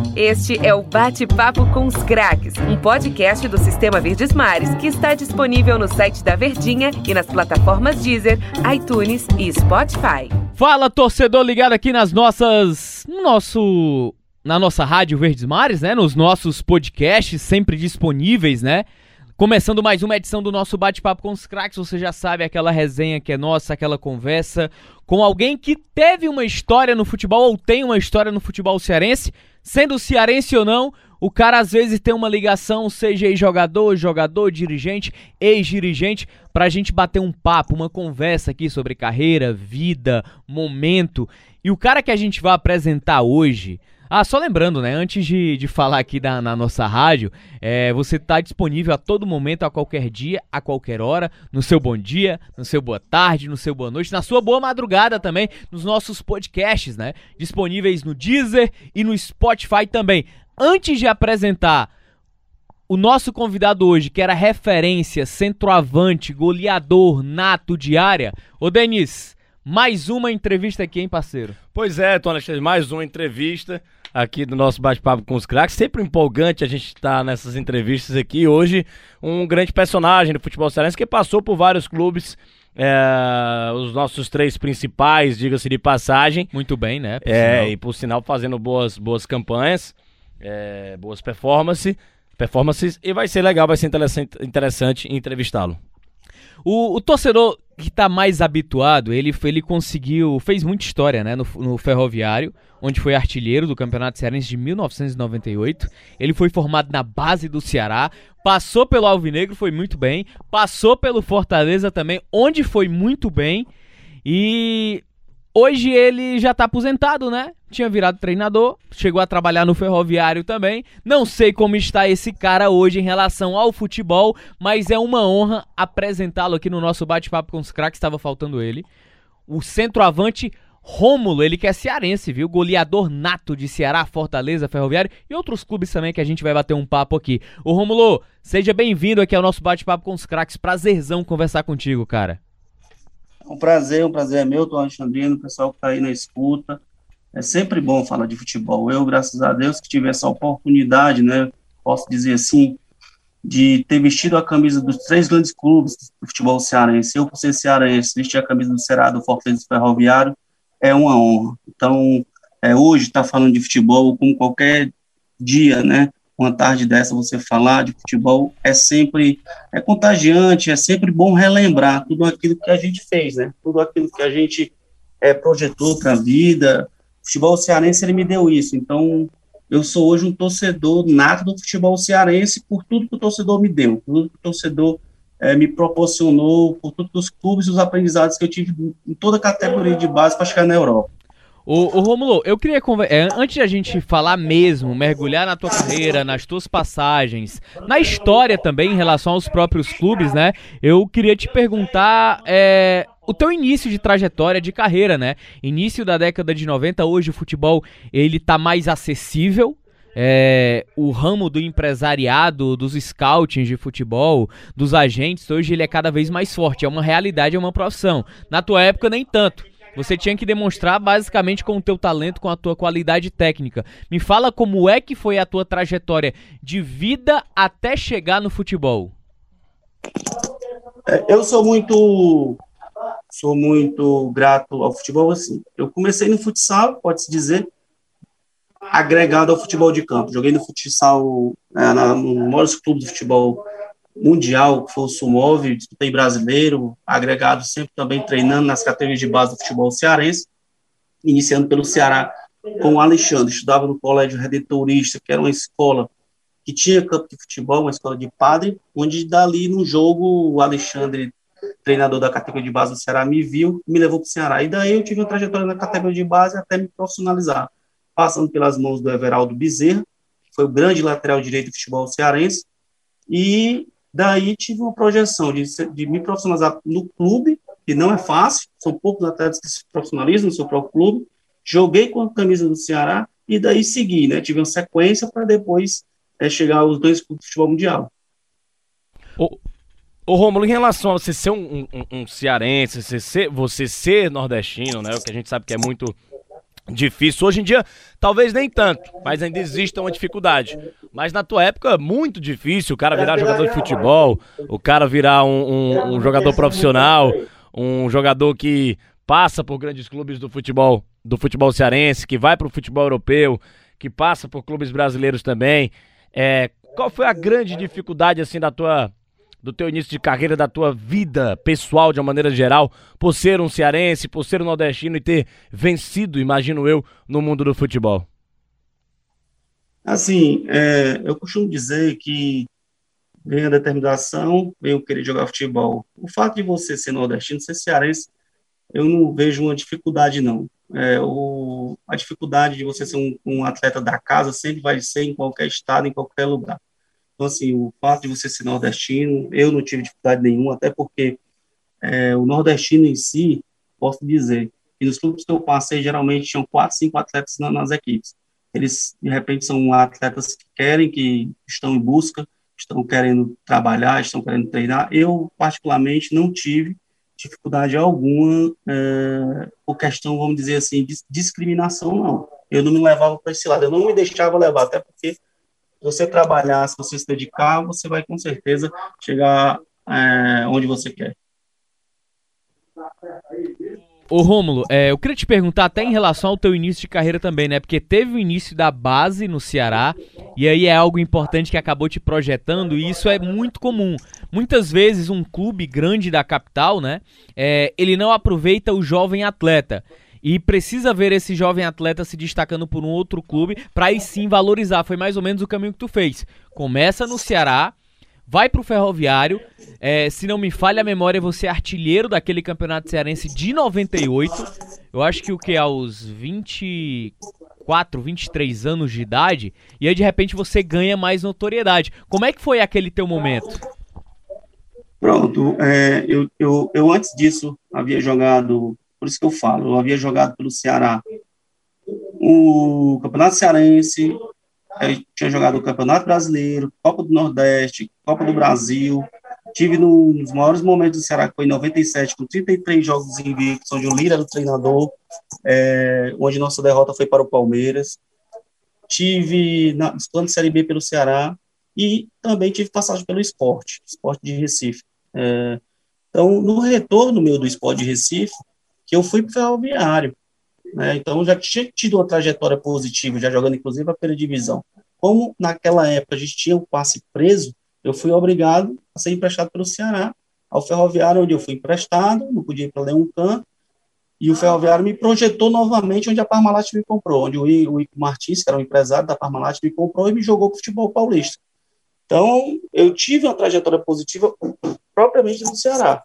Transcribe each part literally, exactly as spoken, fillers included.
Este é o Bate-Papo com os Craques, um podcast do Sistema Verdes Mares que está disponível no site da Verdinha e nas plataformas Deezer, iTunes e Spotify. Fala, torcedor ligado aqui nas nossas... no nosso... na nossa rádio Verdes Mares, né? Nos nossos podcasts sempre disponíveis, né? Começando mais uma edição do nosso Bate-Papo com os Craques, você já sabe, aquela resenha que é nossa, aquela conversa com alguém que teve uma história no futebol ou tem uma história no futebol cearense, sendo cearense ou não, o cara às vezes tem uma ligação, seja ex-jogador, jogador, dirigente, ex-dirigente, pra gente bater um papo, uma conversa aqui sobre carreira, vida, momento. E o cara que a gente vai apresentar hoje... Ah, só lembrando, né, antes de, de falar aqui da, na nossa rádio, é, você tá disponível a todo momento, a qualquer dia, a qualquer hora, no seu bom dia, no seu boa tarde, no seu boa noite, na sua boa madrugada também, nos nossos podcasts, né, disponíveis no Deezer e no Spotify também. Antes de apresentar o nosso convidado hoje, que era referência, centroavante, goleador, nato de área, ô Denis, mais uma entrevista aqui, hein, parceiro? Pois é, Tom Alexandre, mais uma entrevista aqui do nosso Bate-Papo com os Craques. Sempre empolgante a gente estar nessas entrevistas aqui. Hoje, um grande personagem do futebol cearense que passou por vários clubes, é, os nossos três principais, diga-se de passagem. Muito bem, né? Por é, sinal. E por sinal fazendo boas, boas campanhas, é, boas performances, performances, e vai ser legal, vai ser interessante, interessante entrevistá-lo. O, o torcedor que tá mais habituado, ele, ele conseguiu, fez muita história, né, no, no Ferroviário, onde foi artilheiro do Campeonato Cearense de mil novecentos e noventa e oito. Ele foi formado na base do Ceará, passou pelo Alvinegro, foi muito bem, passou pelo Fortaleza também, onde foi muito bem, e hoje ele já tá aposentado, né? Tinha virado treinador, chegou a trabalhar no Ferroviário também. Não sei como está esse cara hoje em relação ao futebol, mas é uma honra apresentá-lo aqui no nosso Bate-Papo com os Craques. Estava faltando ele. O centroavante Rômulo, ele que é cearense, viu? Goleador nato de Ceará, Fortaleza, Ferroviário e outros clubes também que a gente vai bater um papo aqui. Ô Rômulo, seja bem-vindo aqui ao nosso Bate-Papo com os Craques. Prazerzão conversar contigo, cara. Um prazer, um prazer é meu, Tom Alexandrino, o pessoal que está aí na escuta. É sempre bom falar de futebol. Eu, graças a Deus, que tive essa oportunidade, né, posso dizer assim, de ter vestido a camisa dos três grandes clubes do futebol cearense. Eu, por ser cearense, vestir a camisa do Ceará, do Fortaleza e do Ferroviário, é uma honra. Então, é, hoje, estar tá falando de futebol, como qualquer dia, né, uma tarde dessa, você falar de futebol é sempre é contagiante, é sempre bom relembrar tudo aquilo que a gente fez, né? Tudo aquilo que a gente é, projetou para a vida. O futebol cearense, ele me deu isso. Então, eu sou hoje um torcedor nato do futebol cearense por tudo que o torcedor me deu, por tudo que o torcedor é, me proporcionou, por todos os clubes e os aprendizados que eu tive em toda a categoria de base para chegar na Europa. Ô, ô Rômulo, eu queria conversar, é, antes de a gente falar mesmo, mergulhar na tua carreira, nas tuas passagens, na história também em relação aos próprios clubes, né? Eu queria te perguntar é, o teu início de trajetória de carreira, né? Início da década de noventa, hoje o futebol ele tá mais acessível. É, o ramo do empresariado, dos scoutings de futebol, dos agentes, hoje ele é cada vez mais forte, é uma realidade, é uma profissão. Na tua época nem tanto. Você tinha que demonstrar basicamente com o teu talento, com a tua qualidade técnica. Me fala como é que foi a tua trajetória de vida até chegar no futebol. Eu sou muito, sou muito grato ao futebol, assim. Eu comecei no futsal, pode-se dizer, agregado ao futebol de campo. Joguei no futsal, é, na, no maior clube de futebol mundial, que foi o Sumov, disputei brasileiro, agregado sempre também treinando nas categorias de base do futebol cearense, iniciando pelo Ceará com o Alexandre, estudava no Colégio Redentorista, que era uma escola que tinha campo de futebol, uma escola de padre, onde dali no jogo o Alexandre, treinador da categoria de base do Ceará, me viu e me levou para o Ceará, e daí eu tive uma trajetória na categoria de base até me profissionalizar, passando pelas mãos do Everaldo Bezerra, que foi o grande lateral direito do futebol cearense, e daí tive uma projeção de, de me profissionalizar no clube, que não é fácil, são poucos atletas que se profissionalizam no seu próprio clube. Joguei com a camisa do Ceará e daí segui, né? Tive uma sequência para depois é, chegar aos dois clubes de futebol mundial. Ô, ô Rômulo, em relação a você ser um, um, um cearense, você ser, você ser nordestino, né? O que a gente sabe que é muito difícil. Hoje em dia, talvez nem tanto, mas ainda existe uma dificuldade. Mas na tua época, muito difícil o cara virar jogador de futebol, o cara virar um, um, um jogador profissional, um jogador que passa por grandes clubes do futebol, do futebol cearense, que vai para o futebol europeu, que passa por clubes brasileiros também. É, qual foi a grande dificuldade assim da tua, do teu início de carreira, da tua vida pessoal de uma maneira geral, por ser um cearense, por ser um nordestino e ter vencido, imagino eu, no mundo do futebol? Assim, é, eu costumo dizer que vem a determinação, vem o querer jogar futebol. O fato de você ser nordestino, ser cearense, eu não vejo uma dificuldade, não. É, o, a dificuldade de você ser um, um atleta da casa sempre vai ser em qualquer estado, em qualquer lugar. Então, assim, o fato de você ser nordestino, eu não tive dificuldade nenhuma, até porque é, o nordestino em si, posso dizer, que nos clubes que eu passei, geralmente tinham quatro, cinco atletas na, nas equipes. Eles, de repente, são atletas que querem, que estão em busca, estão querendo trabalhar, estão querendo treinar. Eu, particularmente, não tive dificuldade alguma é, por questão, vamos dizer assim, de discriminação, não. Eu não me levava para esse lado, eu não me deixava levar, até porque se você trabalhar, se você se dedicar, você vai com certeza chegar é, onde você quer. Ô Rômulo, é, eu queria te perguntar até em relação ao teu início de carreira também, né? Porque teve o início da base no Ceará, e aí é algo importante que acabou te projetando, e isso é muito comum. Muitas vezes um clube grande da capital, né? É, ele não aproveita o jovem atleta. E precisa ver esse jovem atleta se destacando por um outro clube para aí sim valorizar. Foi mais ou menos o caminho que tu fez. Começa no Ceará, vai pro Ferroviário, é, se não me falha a memória, você é artilheiro daquele campeonato cearense de noventa e oito. Eu acho que o que, aos vinte e quatro, vinte e três anos de idade, e aí de repente você ganha mais notoriedade. Como é que foi aquele teu momento? Pronto, é, eu, eu, eu antes disso havia jogado, por isso que eu falo, eu havia jogado pelo Ceará o Campeonato Cearense, eu tinha jogado o Campeonato Brasileiro, Copa do Nordeste, Copa do Brasil, tive no, nos maiores momentos do Ceará, que foi em noventa e sete, com trinta e três jogos invictos, onde o Lira era o treinador, é, onde nossa derrota foi para o Palmeiras, tive na disputando Série B pelo Ceará, e também tive passagem pelo Sport, Sport de Recife. É, então, no retorno meu do Sport de Recife, que eu fui para o Ferroviário, né? Então, já tinha tido uma trajetória positiva, já jogando inclusive a primeira divisão. Como naquela época a gente tinha o passe preso, eu fui obrigado a ser emprestado pelo Ceará ao Ferroviário, onde eu fui emprestado, não podia ir para nenhum canto, e o Ferroviário me projetou novamente onde a Parmalat me comprou, onde o Ico Martins, que era um empresário da Parmalat, me comprou e me jogou para o futebol paulista. Então, eu tive uma trajetória positiva propriamente no Ceará.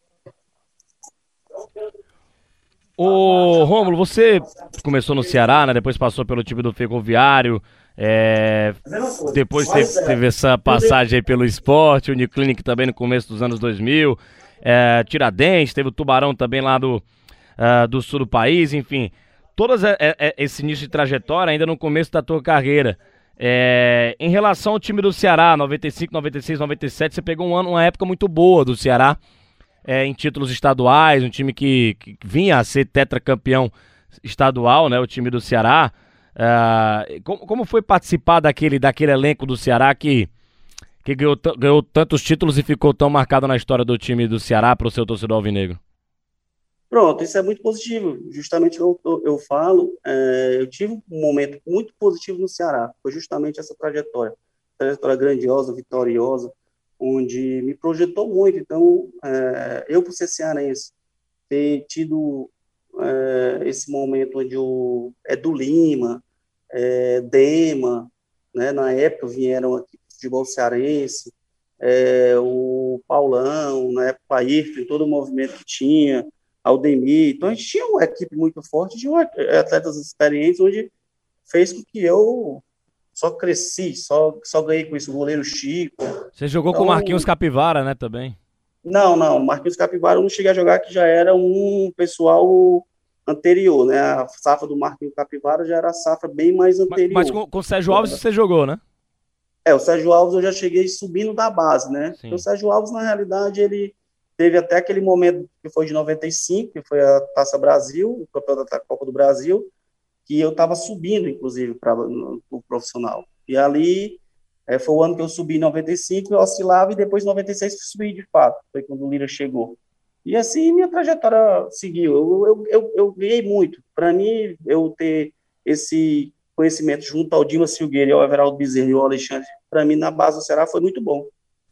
Ô, Rômulo, você começou no Ceará, né? Depois passou pelo time do Ferroviário, é, depois teve, teve essa passagem aí pelo Sport, Uniclinic também no começo dos anos dois mil, é, Tiradentes, teve o Tubarão também lá do, uh, do sul do país, enfim. Todo esse início de trajetória ainda no começo da tua carreira. É, em relação ao time do Ceará, noventa e cinco, noventa e seis, noventa e sete, você pegou um ano, uma época muito boa do Ceará, é, em títulos estaduais, um time que, que vinha a ser tetracampeão estadual, né, o time do Ceará. É, como, como foi participar daquele, daquele elenco do Ceará que, que ganhou, ganhou tantos títulos e ficou tão marcado na história do time do Ceará para o seu torcedor alvinegro? Pronto, isso é muito positivo. Justamente eu, eu, eu falo, é, eu tive um momento muito positivo no Ceará, foi justamente essa trajetória, trajetória grandiosa, vitoriosa, onde me projetou muito. Então, é, eu, por ser cearense, ter tido é, esse momento onde o Edu Lima, é, Dema, né, na época vieram aqui para o futebol cearense, é, o Paulão, na época o Ayrton, todo o movimento que tinha, Aldemir. Então, a gente tinha uma equipe muito forte, tinha atletas experientes, onde fez com que eu só cresci, só, só ganhei com isso, o goleiro Chico. Você jogou então, com o Marquinhos Capivara, né, também? Não, não, Marquinhos Capivara eu não cheguei a jogar, que já era um pessoal anterior, né? A safra do Marquinhos Capivara já era a safra bem mais anterior. Mas, mas com, com o Sérgio Alves você jogou, né? É, o Sérgio Alves eu já cheguei subindo da base, né? O Sérgio Alves, na realidade, ele teve até aquele momento que foi de noventa e cinco, que foi a Taça Brasil, o campeonato da Copa do Brasil, que eu estava subindo, inclusive, para o profissional. E ali é, foi o ano que eu subi em noventa e cinco, eu oscilava, e depois em noventa e seis subi de fato, foi quando o Lira chegou. E assim minha trajetória seguiu. Eu, eu, eu, eu ganhei muito. Para mim, eu ter esse conhecimento junto ao Dima Silgueira, ao Everaldo Bezerra e ao Alexandre, para mim, na base do Ceará, foi muito bom.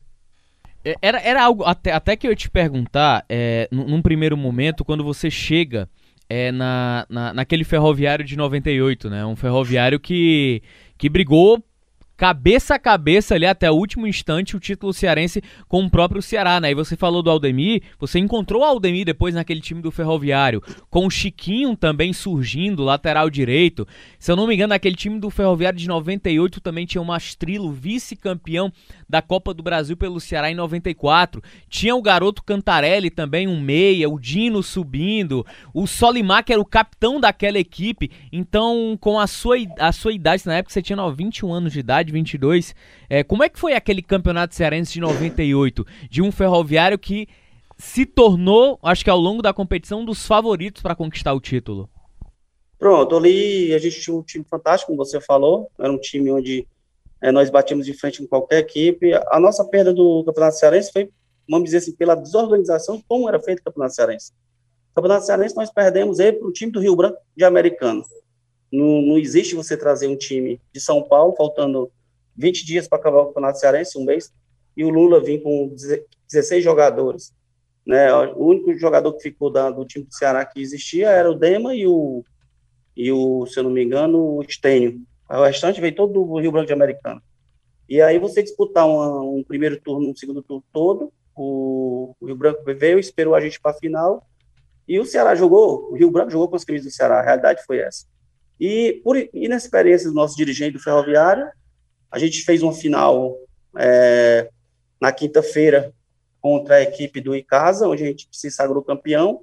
Era, era algo, até, até que eu ia te perguntar, é, num, num primeiro momento, quando você chega é, na, na, naquele Ferroviário de noventa e oito, né? Um Ferroviário que, que brigou cabeça a cabeça ali até o último instante o título cearense com o próprio Ceará, né? E você falou do Aldemir, você encontrou o Aldemir depois naquele time do Ferroviário, com o Chiquinho também surgindo, lateral direito. Se eu não me engano, naquele time do Ferroviário de noventa e oito também tinha o Mastrilo, vice-campeão da Copa do Brasil pelo Ceará em noventa e quatro. Tinha o garoto Cantarelli também, um meia, o Dino subindo, o Solimar, que era o capitão daquela equipe. Então, com a sua, a sua idade, na época você tinha vinte e um anos de idade, vinte e dois, é, como é que foi aquele campeonato cearense de noventa e oito, de um Ferroviário que se tornou, acho que ao longo da competição, um dos favoritos para conquistar o título? Pronto, ali a gente tinha um time fantástico, como você falou, era um time onde é, nós batíamos de frente com qualquer equipe. A nossa perda do Campeonato Cearense foi, vamos dizer assim, pela desorganização de como era feito o Campeonato Cearense. O Campeonato Cearense nós perdemos ele para o time do Rio Branco de Americano. Não, não existe você trazer um time de São Paulo, faltando vinte dias para acabar o Campeonato Cearense, um mês, e o Lula vir com dezesseis jogadores. Né? O único jogador que ficou da, do time do Ceará que existia era o Dema e o, e o, se eu não me engano, o Estênio. O restante veio todo do Rio Branco de Americano. E aí você disputar uma, um primeiro turno, um segundo turno todo, o, o Rio Branco veio, esperou a gente para a final, e o Ceará jogou, o Rio Branco jogou com as camisas do Ceará, a realidade foi essa. E por inexperiência do nosso dirigente do Ferroviário, a gente fez uma final é, na quinta-feira contra a equipe do Icasa, onde a gente se sagrou campeão,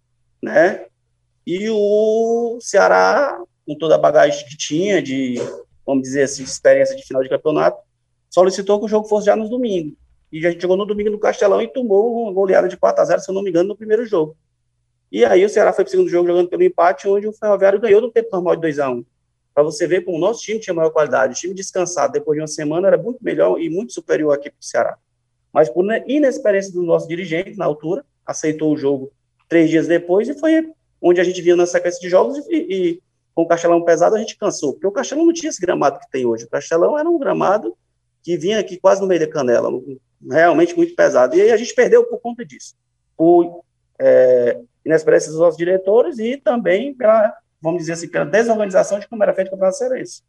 né? E o Ceará, com toda a bagagem que tinha, de, vamos dizer assim, experiência de final de campeonato, solicitou que o jogo fosse já no domingo. E a gente jogou no domingo no Castelão e tomou uma goleada de quatro a zero, se eu não me engano, no primeiro jogo. E aí o Ceará foi para o segundo jogo jogando pelo empate, onde o Ferroviário ganhou no tempo normal de dois a um. Para você ver como o nosso time tinha maior qualidade. O time descansado depois de uma semana era muito melhor e muito superior aqui para o Ceará. Mas por inexperiência do nosso dirigente, na altura, aceitou o jogo três dias depois, e foi onde a gente viu na sequência de jogos, e, e com o Castelão pesado a gente cansou, porque o Castelão não tinha esse gramado que tem hoje. O Castelão era um gramado que vinha aqui quase no meio da canela, realmente muito pesado. E aí a gente perdeu por conta disso. Por é, inexperiência dos nossos diretores e também pela, vamos dizer assim, pela desorganização de como era feito o Campeonato Cearense.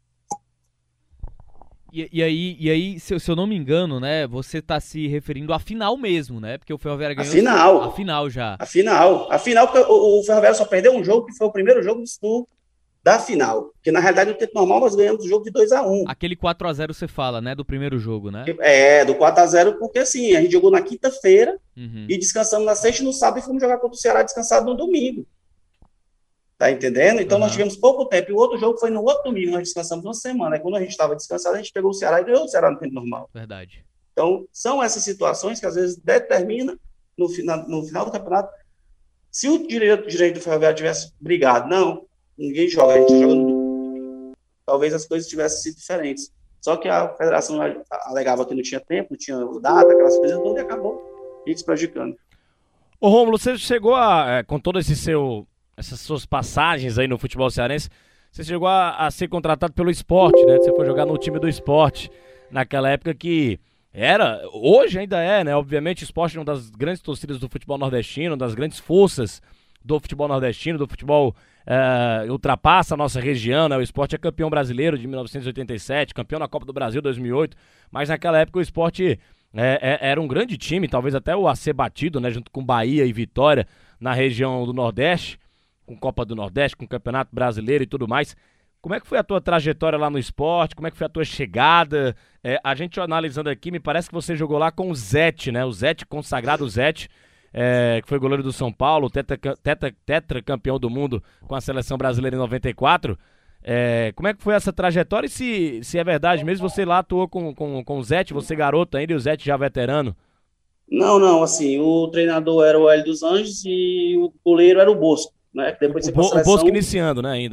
E, e aí, e aí se, se eu não me engano, né, você está se referindo à final mesmo, né? Porque o Ferroviário ganhou... A final. A final já. A final. A final, porque o, o Ferroviário só perdeu um jogo, que foi o primeiro jogo do, da final. Porque, na realidade, no tempo normal, nós ganhamos o jogo de dois a um. Aquele quatro a zero você fala, né? Do primeiro jogo, né? É, do quatro a zero, porque, assim, a gente jogou na quinta-feira, uhum, e descansamos na sexta e no sábado, e fomos jogar contra o Ceará descansado no domingo. Tá entendendo? Então, uhum, nós tivemos pouco tempo. E o outro jogo foi no outro domingo, nós descansamos uma semana. Aí, quando a gente estava descansado, a gente pegou o Ceará e ganhou o Ceará no tempo normal. Verdade. Então, são essas situações que, às vezes, determinam, no, final, no final do campeonato, se o direito, direito do Ferroviário tivesse brigado, não, ninguém joga, a gente joga no domingo, talvez as coisas tivessem sido diferentes. Só que a federação alegava que não tinha tempo, não tinha data, aquelas coisas, então, e acabou isso prejudicando. Ô, Rômulo, você chegou a, é, com todo esse seu... essas suas passagens aí no futebol cearense, você chegou a, a ser contratado pelo Sport, né? Você foi jogar no time do Sport, naquela época que era, hoje ainda é, né? Obviamente o Sport é uma das grandes torcidas do futebol nordestino, uma das grandes forças do futebol nordestino, do futebol é, ultrapassa a nossa região, né? O Sport é campeão brasileiro de mil novecentos e oitenta e sete, campeão na Copa do Brasil dois mil e oito, mas naquela época o Sport é, é, era um grande time, talvez até o a ser batido, né? Junto com Bahia e Vitória na região do Nordeste, com Copa do Nordeste, com Campeonato Brasileiro e tudo mais. Como é que foi a tua trajetória lá no Sport? Como é que foi a tua chegada? É, a gente analisando aqui, me parece que você jogou lá com o Zete, né? O Zete, consagrado Zete, é, que foi goleiro do São Paulo, tetra, tetra, tetra campeão do mundo com a seleção brasileira em noventa e quatro. É, como é que foi essa trajetória? E se, se é verdade mesmo, você lá atuou com, com, com o Zete, você garoto ainda e o Zete já veterano? Não, não, assim, o treinador era o Hélio dos Anjos e o goleiro era o Bosco. Né? Depois o, Bo, seleção... o Bosco iniciando, né, ainda, né?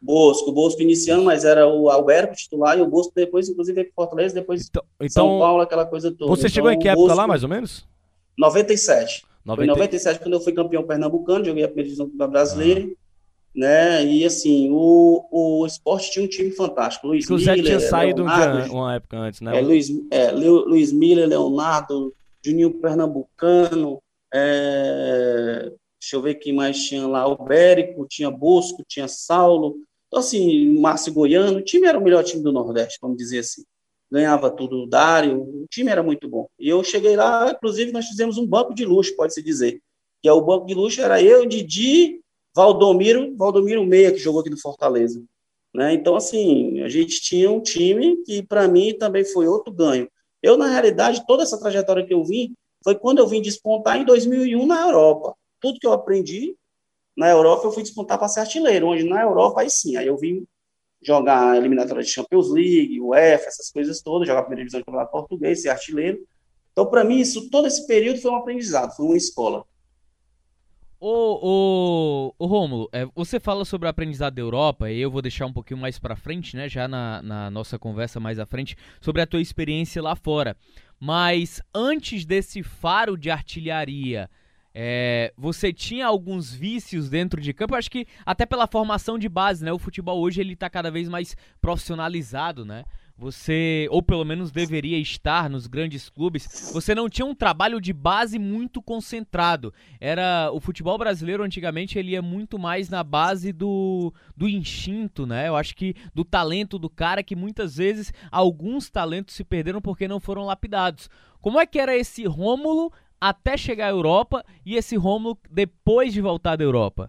Bosco, o Bosco iniciando, mas era o Alberto titular, e o Bosco depois, inclusive, veio para Fortaleza, depois Então, São então Paulo, aquela coisa toda. você Então, chegou em que o época Bosco, lá, mais ou menos? noventa e sete. Foi em noventa... noventa e sete quando eu fui campeão pernambucano, joguei a primeira divisão do Ah. brasileiro, né? E assim, o, o Sport tinha um time fantástico. Luiz Inclusive já tinha Miller, saído um Leonardo, dia, uma época antes, né? é, Luiz, é, Leo- Luiz Miller, Leonardo, Juninho Pernambucano, é, deixa eu ver quem mais tinha lá, o Bérico, tinha Bosco, tinha Saulo, então assim, Márcio Goiano, o time era o melhor time do Nordeste, vamos dizer assim, ganhava tudo o Dário, o time era muito bom, e eu cheguei lá, inclusive nós fizemos um banco de luxo, pode-se dizer, que é o banco de luxo, era eu, Didi, Valdomiro, Valdomiro Meia, que jogou aqui no Fortaleza, né? Então, assim, a gente tinha um time que, para mim, também foi outro ganho. Eu, na realidade, toda essa trajetória que eu vim, foi quando eu vim despontar em dois mil e um na Europa. Tudo que eu aprendi na Europa, eu fui despontar para ser artilheiro, onde na Europa, aí sim, aí eu vim jogar a eliminatória de Champions League, UEFA, essas coisas todas, jogar a primeira divisão do Campeonato Português, ser artilheiro. Então, para mim, isso, todo esse período foi um aprendizado, foi uma escola. Ô, ô, ô Rômulo, é, você fala sobre o aprendizado da Europa, e eu vou deixar um pouquinho mais pra frente, né, já na, na nossa conversa mais à frente, sobre a tua experiência lá fora. Mas antes desse faro de artilharia, é, você tinha alguns vícios dentro de campo? Eu acho que até pela formação de base, né, o futebol hoje ele tá cada vez mais profissionalizado, né? Você, ou pelo menos deveria estar nos grandes clubes, você não tinha um trabalho de base muito concentrado. Era o futebol brasileiro antigamente ele ia muito mais na base do, do instinto, né? Eu acho que do talento do cara, que muitas vezes alguns talentos se perderam porque não foram lapidados. Como é que era esse Rômulo até chegar à Europa e esse Rômulo depois de voltar da Europa?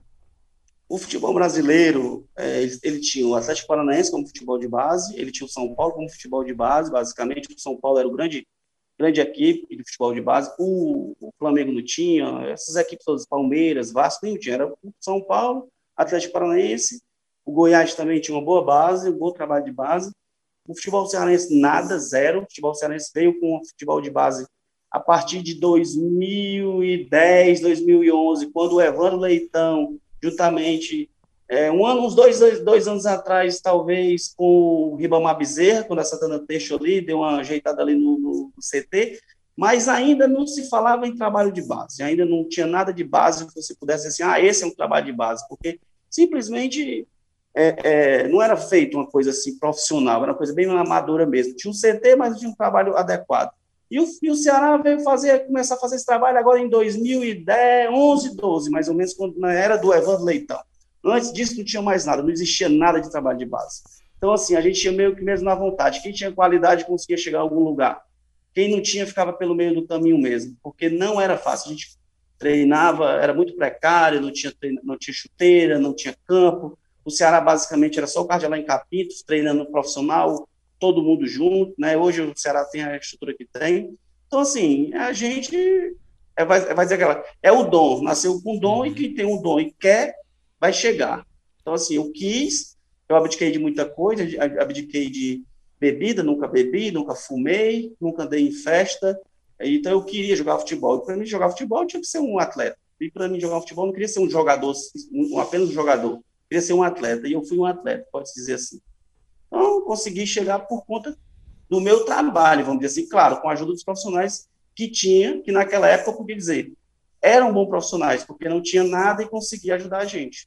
O futebol brasileiro, é, ele, ele tinha o Atlético Paranaense como futebol de base, ele tinha o São Paulo como futebol de base, basicamente, o São Paulo era o grande, grande equipe de futebol de base, o, o Flamengo não tinha, essas equipes todas, Palmeiras, Vasco, nem tinha, era o São Paulo, Atlético Paranaense, o Goiás também tinha uma boa base, um bom trabalho de base, o futebol cearense nada, zero, o futebol cearense veio com o futebol de base a partir de dois mil e dez, dois mil e onze, quando o Evandro Leitão, juntamente, é, um ano, uns dois, dois, dois anos atrás, talvez, com o Ribamar Bezerra, quando a Santana deixou ali, deu uma ajeitada ali no, no, no C T, mas ainda não se falava em trabalho de base, ainda não tinha nada de base que você pudesse dizer assim, ah, esse é um trabalho de base, porque simplesmente é, é, não era feito uma coisa assim profissional, era uma coisa bem amadora mesmo. Tinha um C T, mas não tinha um trabalho adequado. E o, e o Ceará veio fazer, começar a fazer esse trabalho agora em dois mil e dez, onze, doze, mais ou menos, quando, na era do Evandro Leitão. Antes disso não tinha mais nada, não existia nada de trabalho de base. Então, assim, a gente tinha meio que mesmo na vontade. Quem tinha qualidade conseguia chegar a algum lugar. Quem não tinha ficava pelo meio do caminho mesmo, porque não era fácil. A gente treinava, era muito precário, não tinha, não tinha chuteira, não tinha campo. O Ceará, basicamente, era só o Cardeal em Capintos, treinando profissional, todo mundo junto, né? Hoje o Ceará tem a estrutura que tem. Então, assim, a gente é, vai, vai dizer aquela, é o dom, nasceu com dom, e quem tem um dom e quer, vai chegar. Então, assim, eu quis, eu abdiquei de muita coisa, abdiquei de bebida, nunca bebi, nunca fumei, nunca andei em festa, então eu queria jogar futebol. E para mim jogar futebol eu tinha que ser um atleta. E para mim jogar futebol eu não queria ser um jogador, um, apenas um jogador, eu queria ser um atleta, e eu fui um atleta, pode-se dizer assim. Então, consegui chegar por conta do meu trabalho, vamos dizer assim, claro, com a ajuda dos profissionais que tinha, que naquela época eu podia dizer, eram bons profissionais, porque não tinha nada e conseguia ajudar a gente.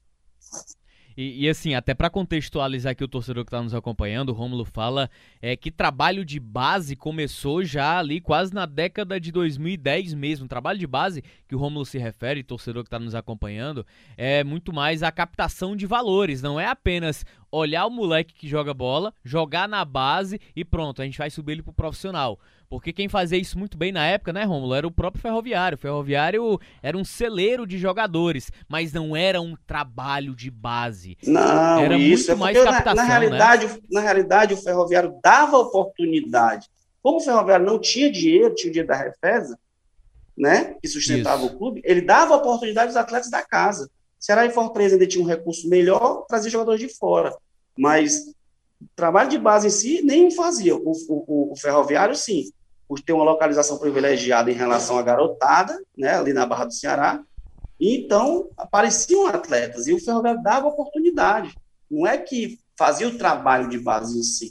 E, e assim, até para contextualizar aqui o torcedor que está nos acompanhando, o Rômulo fala é, que trabalho de base começou já ali quase na década de dois mil e dez mesmo. Trabalho de base que o Rômulo se refere, torcedor que está nos acompanhando, é muito mais a captação de valores. Não é apenas olhar o moleque que joga bola, jogar na base e pronto, a gente vai subir ele pro profissional. Porque quem fazia isso muito bem na época, né, Rômulo, era o próprio Ferroviário. O Ferroviário era um celeiro de jogadores, mas não era um trabalho de base. Não, era isso muito é mais porque captação, na, na realidade, né? na realidade o Ferroviário dava oportunidade. Como o Ferroviário não tinha dinheiro, tinha o dinheiro da Refesa, né, que sustentava Isso. o clube, ele dava oportunidade aos atletas da casa. Ceará e Fortaleza ainda tinha um recurso melhor, trazia jogadores de fora. Mas trabalho de base em si nem fazia. O, o, o Ferroviário, sim, por ter uma localização privilegiada em relação à garotada, né, ali na Barra do Ceará, e então apareciam atletas, e o Ferroviário dava oportunidade. não é que fazia o trabalho de base em si.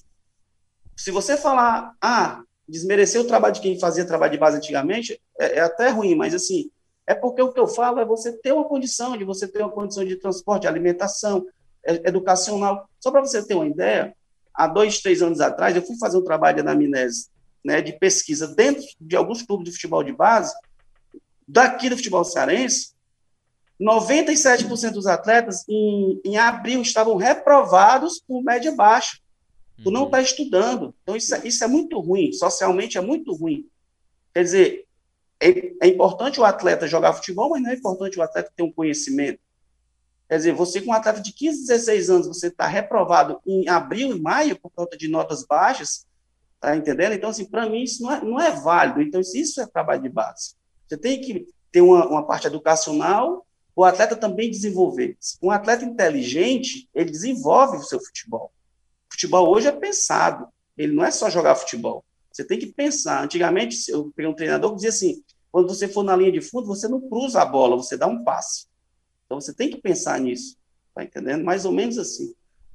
Se você falar, ah, desmerecer o trabalho de quem fazia trabalho de base antigamente, é, é até ruim, mas assim, é porque o que eu falo é você ter uma condição, de você ter uma condição de transporte, de alimentação, educacional. Só para você ter uma ideia, há dois, três anos atrás, eu fui fazer um trabalho na Anamnese, né, de pesquisa dentro de alguns clubes de futebol de base, daqui do futebol cearense, noventa e sete por cento dos atletas em, em abril estavam reprovados por média baixa. Tu não está estudando. Então, isso é, isso é muito ruim. Socialmente é muito ruim. Quer dizer, é, é importante o atleta jogar futebol, mas não é importante o atleta ter um conhecimento. Quer dizer, você com um atleta de quinze, dezesseis anos, você está reprovado em abril e maio por conta de notas baixas, tá entendendo? Então, assim, para mim, isso não é, não é válido. Então, isso é trabalho de base. Você tem que ter uma, uma parte educacional, o atleta também desenvolver. Um atleta inteligente, ele desenvolve o seu futebol. Futebol hoje é pensado, ele não é só jogar futebol. Você tem que pensar. Antigamente, eu peguei um treinador que dizia assim, quando você for na linha de fundo, você não cruza a bola, você dá um passe. Então, você tem que pensar nisso, tá entendendo? Mais ou menos assim.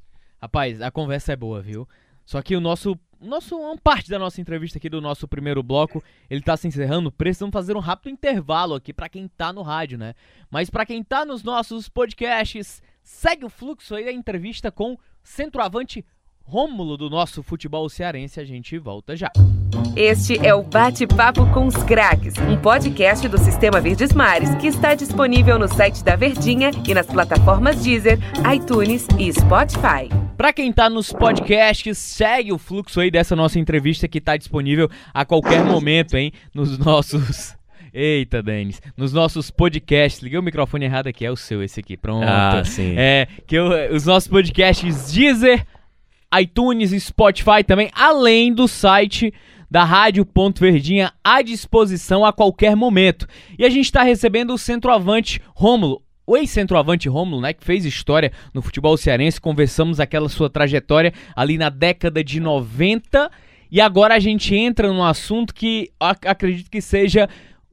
Rapaz, a conversa é boa, viu? Só que o nosso, nosso, uma parte da nossa entrevista aqui, do nosso primeiro bloco, ele tá se encerrando. Precisamos fazer um rápido intervalo aqui pra quem tá no rádio, né? Mas pra quem tá nos nossos podcasts, segue o fluxo aí da entrevista com centroavante Rômulo do nosso futebol cearense. A gente volta já. Este é o Bate-Papo com os Craques, um podcast do Sistema Verdes Mares que está disponível no site da Verdinha e nas plataformas Deezer, iTunes e Spotify. Pra quem tá nos podcasts, segue o fluxo aí dessa nossa entrevista que tá disponível a qualquer momento, hein? Nos nossos... Eita, Denis. Nos nossos podcasts. Liguei o microfone errado aqui, é o seu esse aqui. Pronto. Ah, sim. É, que eu, os nossos podcasts Deezer, iTunes e Spotify também, além do site da Rádio Ponto Verdinha à disposição a qualquer momento. E a gente está recebendo o centroavante Rômulo, o ex-centroavante Rômulo, né, que fez história no futebol cearense. Conversamos aquela sua trajetória ali na década de noventa. E agora a gente entra num assunto que ac- acredito que seja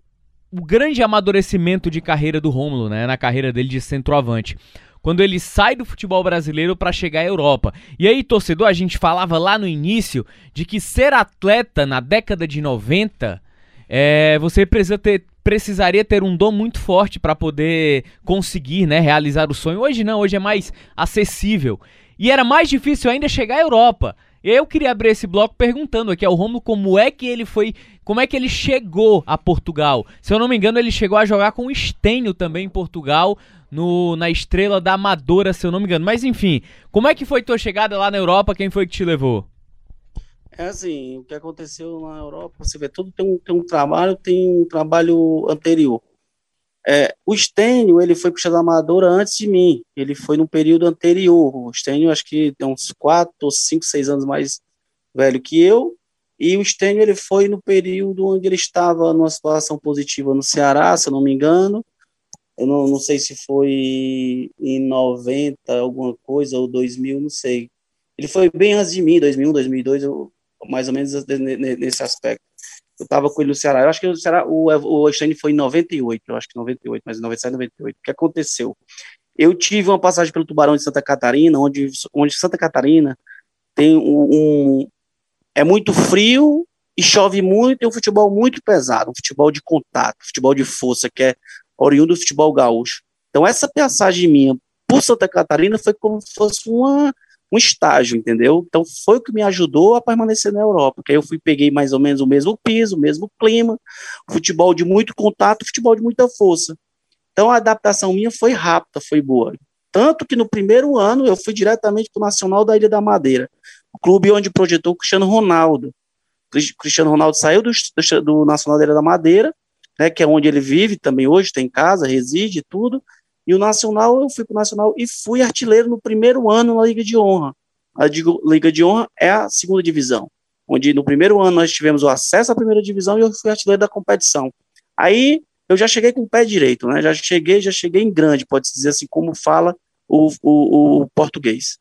o grande amadurecimento de carreira do Rômulo, né, na carreira dele de centroavante. Quando ele sai do futebol brasileiro para chegar à Europa. E aí, torcedor, a gente falava lá no início de que ser atleta na década de noventa, é, você precisa ter, precisaria ter um dom muito forte para poder conseguir, né, realizar o sonho. Hoje não, hoje é mais acessível. E era mais difícil ainda chegar à Europa. Eu queria abrir esse bloco perguntando aqui ao Rômulo como é que ele foi, como é que ele chegou a Portugal. Se eu não me engano, ele chegou a jogar com o Stênio também em Portugal, no, na Estrela da Amadora, se eu não me engano. Mas enfim, como é que foi tua chegada lá na Europa? Quem foi que te levou? É assim, o que aconteceu na Europa, você vê, tudo tem um, tem um trabalho, tem um trabalho anterior. É, o Stênio, ele foi pro Estrela da Amadora antes de mim, ele foi no período anterior. O Stênio, acho que tem uns quatro ou cinco, seis anos mais velho que eu, e o Stênio, ele foi no período onde ele estava numa situação positiva no Ceará, se eu não me engano. Eu não, não sei se foi em noventa, alguma coisa, ou dois mil, não sei. Ele foi bem antes de mim, dois mil e um, dois mil e dois, eu, mais ou menos nesse aspecto. Eu estava com ele no Ceará. Eu acho que o Ceará, o, o Stênio foi em noventa e oito, eu acho que noventa e oito, mas em noventa e sete, noventa e oito. O que aconteceu? Eu tive uma passagem pelo Tubarão de Santa Catarina, onde, onde Santa Catarina tem um, um... é muito frio e chove muito, tem um futebol muito pesado, um futebol de contato, futebol de força, que é oriundo do futebol gaúcho. Então, essa passagem minha por Santa Catarina foi como se fosse uma, um estágio, entendeu? Então, foi o que me ajudou a permanecer na Europa, porque aí eu fui, peguei mais ou menos o mesmo piso, o mesmo clima, futebol de muito contato, futebol de muita força. Então, a adaptação minha foi rápida, foi boa. Tanto que no primeiro ano, eu fui diretamente para o Nacional da Ilha da Madeira, o clube onde projetou o Cristiano Ronaldo. O Cristiano Ronaldo saiu do, do, do Nacional da Ilha da Madeira, né, que é onde ele vive também hoje, tem casa, reside e tudo, e o Nacional, eu fui para o Nacional e fui artilheiro no primeiro ano na Liga de Honra. A Liga de Honra é a segunda divisão, onde no primeiro ano nós tivemos o acesso à primeira divisão e eu fui artilheiro da competição. Aí eu já cheguei com o pé direito, né, já cheguei, já cheguei em grande, pode-se dizer assim, como fala o, o, o português.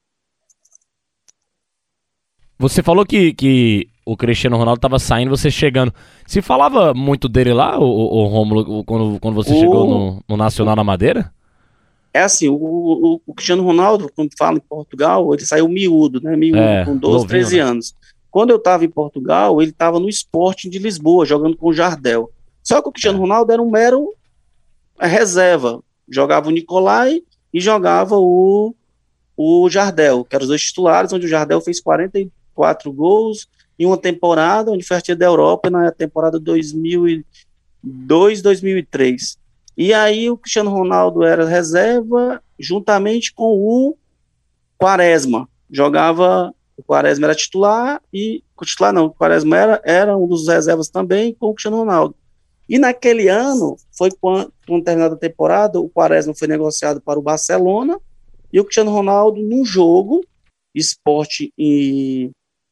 Você falou que, que o Cristiano Ronaldo estava saindo, você chegando. Se falava muito dele lá, o, o Rômulo, quando, quando você o... chegou no, no Nacional na Madeira? É assim, o, o, o Cristiano Ronaldo, quando fala em Portugal, ele saiu miúdo, né? Miúdo, É, com doze, novinho, treze né? anos. Quando eu estava em Portugal, ele estava no Sporting de Lisboa, jogando com o Jardel. Só que o Cristiano É. Ronaldo era um mero reserva. Jogava o Nicolai e jogava o, o Jardel, que eram os dois titulares, onde o Jardel fez quarenta e quatro gols em uma temporada, onde foi artilheiro da Europa na temporada dois mil e dois, dois mil e três. E aí o Cristiano Ronaldo era reserva juntamente com o Quaresma. Jogava, o Quaresma era titular e o titular não, o Quaresma era, era um dos reservas também com o Cristiano Ronaldo. E naquele ano, foi quando, quando terminada a temporada, o Quaresma foi negociado para o Barcelona e o Cristiano Ronaldo, num jogo, Sport e,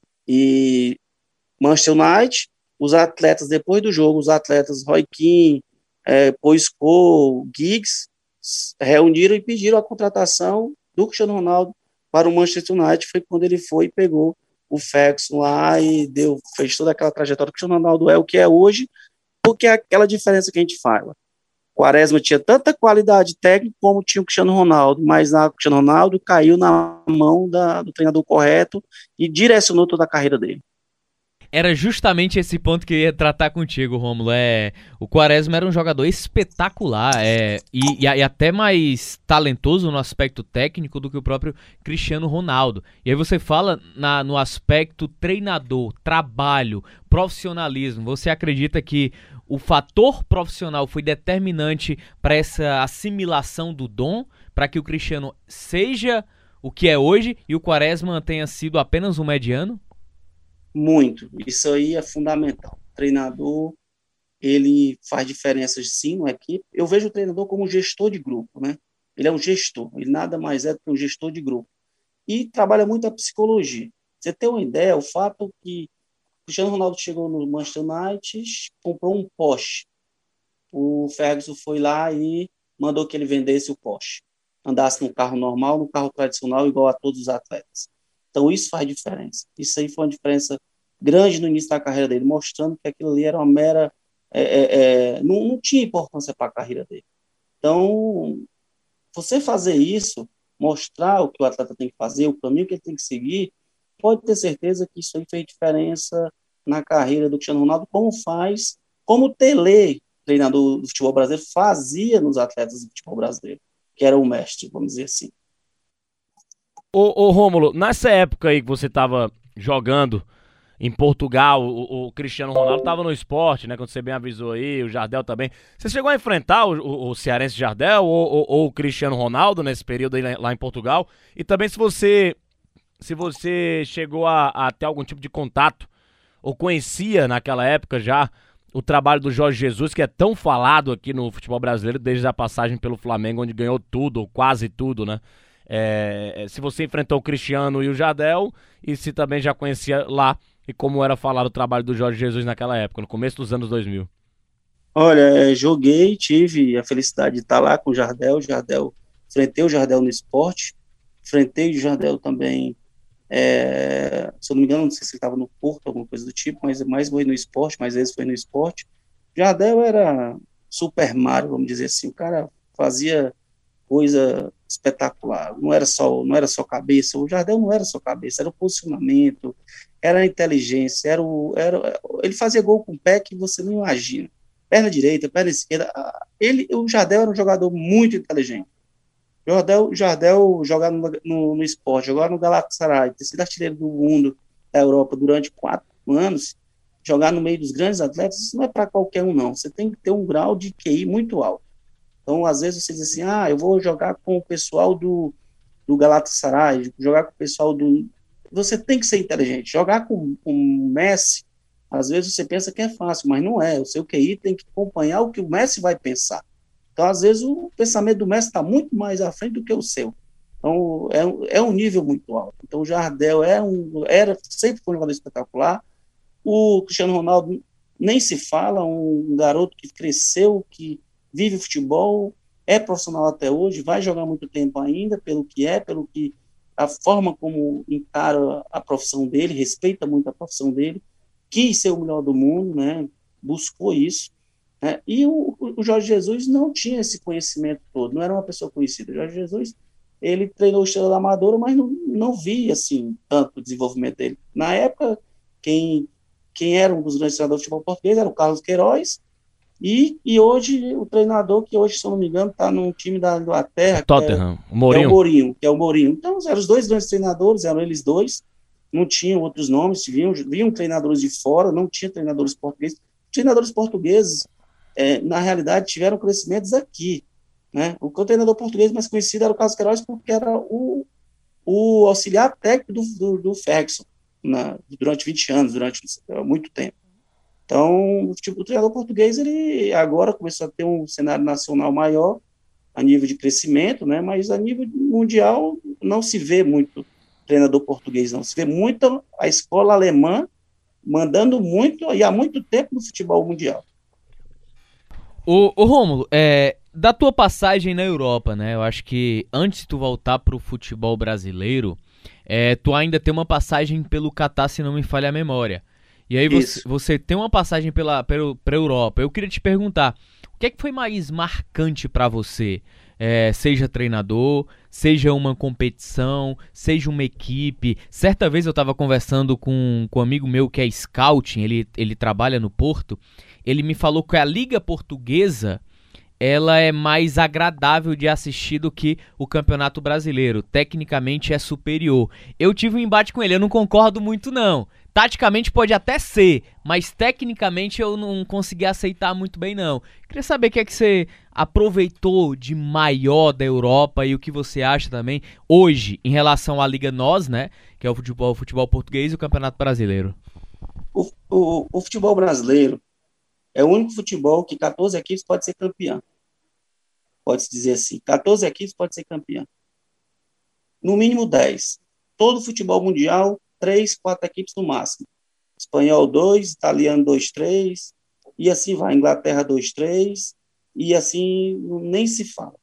e Manchester United, os atletas, depois do jogo, os atletas Roy Keane, é, Poisco, Giggs, reuniram e pediram a contratação do Cristiano Ronaldo para o Manchester United. Foi quando ele foi e pegou o Ferguson lá e deu, fez toda aquela trajetória. O Cristiano Ronaldo é o que é hoje, porque é aquela diferença que a gente fala. Quaresma tinha tanta qualidade técnica como tinha o Cristiano Ronaldo, mas o Cristiano Ronaldo caiu na mão da, do treinador correto e direcionou toda a carreira dele. Era justamente esse ponto que eu ia tratar contigo, Rômulo. É, o Quaresma era um jogador espetacular é, e, e até mais talentoso no aspecto técnico do que o próprio Cristiano Ronaldo. E aí você fala na, no aspecto treinador, trabalho, profissionalismo. Você acredita que o fator profissional foi determinante para essa assimilação do dom, para que o Cristiano seja o que é hoje e o Quaresma tenha sido apenas um mediano? Muito, isso aí é fundamental. O treinador, ele faz diferença sim na equipe. Eu vejo o treinador como um gestor de grupo, né? Ele é um gestor, ele nada mais é do que um gestor de grupo. E trabalha muito a psicologia. Você tem uma ideia, o fato que o Cristiano Ronaldo chegou no Manchester United, comprou um Porsche. O Ferguson foi lá e mandou que ele vendesse o Porsche. Andasse num carro normal, num carro tradicional, igual a todos os atletas. Então, isso faz diferença. Isso aí foi uma diferença grande no início da carreira dele, mostrando que aquilo ali era uma mera... É, é, é, não, não tinha importância para a carreira dele. Então, você fazer isso, mostrar o que o atleta tem que fazer, o caminho que ele tem que seguir, pode ter certeza que isso aí fez diferença na carreira do Cristiano Ronaldo, como faz, como o Tele, treinador do futebol brasileiro, fazia nos atletas do futebol brasileiro, que era o mestre, vamos dizer assim. Ô, ô Rômulo, nessa época aí que você tava jogando em Portugal, o, o Cristiano Ronaldo tava no Sport, né? Quando você bem avisou aí, o Jardel também. Você chegou a enfrentar o, o, o cearense Jardel ou, ou, ou o Cristiano Ronaldo nesse período aí lá em Portugal? E também se você, se você chegou a, a ter algum tipo de contato ou conhecia naquela época já o trabalho do Jorge Jesus, que é tão falado aqui no futebol brasileiro desde a passagem pelo Flamengo, onde ganhou tudo, ou quase tudo, né? É, se você enfrentou o Cristiano e o Jardel, e se também já conhecia lá e como era falado o trabalho do Jorge Jesus naquela época, no começo dos anos dois mil. Olha, joguei, tive a felicidade de estar lá com o Jardel, Jardel, enfrentei o Jardel no esporte, enfrentei o Jardel também, é, se eu não me engano, não sei se ele estava no Porto, alguma coisa do tipo, mas mais foi no esporte, mais vezes foi no esporte. Jardel era Super Mario, vamos dizer assim, o cara fazia coisa espetacular, não era só, não era só cabeça, o Jardel não era só cabeça, era o posicionamento, era a inteligência, era o, era, ele fazia gol com o pé que você não imagina, perna direita, perna esquerda, ele, o Jardel era um jogador muito inteligente. O Jardel, Jardel jogar no, no, no esporte, jogar no Galatasaray, ter sido artilheiro do mundo da Europa durante quatro anos, jogar no meio dos grandes atletas, isso não é para qualquer um não, você tem que ter um grau de Q I muito alto. Então, às vezes, você diz assim, ah, eu vou jogar com o pessoal do, do Galatasaray, jogar com o pessoal do... Você tem que ser inteligente. Jogar com, com o Messi, às vezes você pensa que é fácil, mas não é. O seu Q I tem que acompanhar o que o Messi vai pensar. Então, às vezes, o pensamento do Messi está muito mais à frente do que o seu. Então, é, é um nível muito alto. Então, o Jardel é um, era, sempre foi um jogador espetacular. O Cristiano Ronaldo nem se fala, um garoto que cresceu, que vive o futebol, é profissional até hoje, vai jogar muito tempo ainda, pelo que é, pelo que a forma como encara a profissão dele, respeita muito a profissão dele, quis ser o melhor do mundo, né? Buscou isso. né? E o, o Jorge Jesus não tinha esse conhecimento todo, não era uma pessoa conhecida. O Jorge Jesus, ele treinou o Estrela da Amadora, mas não, não via, assim, tanto o desenvolvimento dele. Na época, quem, quem era um dos grandes treinadores de futebol português era o Carlos Queiroz, e, e hoje, o treinador que hoje, se eu não me engano, está num time da Inglaterra, que é, Tottenham, o que é o Mourinho. Mourinho, que é o Mourinho. Então, eram os dois grandes treinadores, eram eles dois, não tinham outros nomes, vinham, vinham treinadores de fora, não tinha treinadores portugueses. Treinadores portugueses, é, na realidade, tiveram crescimentos aqui, né? O treinador português mais conhecido era o Carlos Queiroz, porque era o, o auxiliar técnico do, do, do Ferguson, na, durante vinte anos, durante muito tempo. Então, tipo, o treinador português, ele agora começou a ter um cenário nacional maior, a nível de crescimento, né? Mas a nível mundial não se vê muito treinador português, não. Se vê muito a escola alemã mandando muito e há muito tempo no futebol mundial. Ô, ô Rômulo, é, da tua passagem na Europa, né? Eu acho que antes de tu voltar pro futebol brasileiro, é, tu ainda tem uma passagem pelo Catar, se não me falha a memória. E aí você, você tem uma passagem pela, pela, pela Europa. Eu queria te perguntar, o que é que foi mais marcante pra você? É, seja treinador, seja uma competição, seja uma equipe. Certa vez eu estava conversando com, com um amigo meu que é scouting, ele, ele trabalha no Porto. Ele me falou que a Liga Portuguesa, ela é mais agradável de assistir do que o Campeonato Brasileiro. Tecnicamente é superior. Eu tive um embate com ele, eu não concordo muito não. Taticamente pode até ser, mas tecnicamente eu não consegui aceitar muito bem não. Queria saber o que é que você aproveitou de maior da Europa e o que você acha também hoje em relação à Liga N O S, né? Que é o futebol, o futebol português e o Campeonato Brasileiro. O, o, o futebol brasileiro é o único futebol que quatorze equipes pode ser campeã. Pode-se dizer assim, quatorze equipes pode ser campeã. No mínimo dez. Todo futebol mundial, três, quatro equipes no máximo. Espanhol dois, italiano dois, três, e assim vai. Inglaterra dois, três, e assim nem se fala.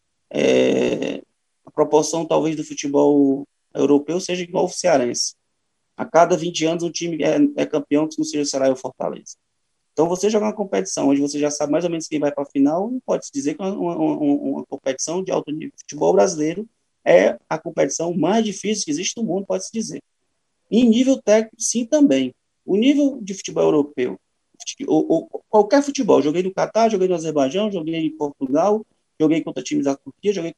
É, a proporção talvez do futebol europeu seja igual ao cearense. A cada vinte anos um time é, é campeão, que não seja o Ceará ou o Fortaleza. Então, você jogar uma competição onde você já sabe mais ou menos quem vai para a final, não pode se dizer que uma, uma, uma competição de alto nível. O futebol brasileiro é a competição mais difícil que existe no mundo, pode-se dizer. Em nível técnico, sim, também. O nível de futebol europeu, ou, ou, qualquer futebol, joguei no Catar, joguei no Azerbaijão, joguei em Portugal, joguei contra times da Turquia, joguei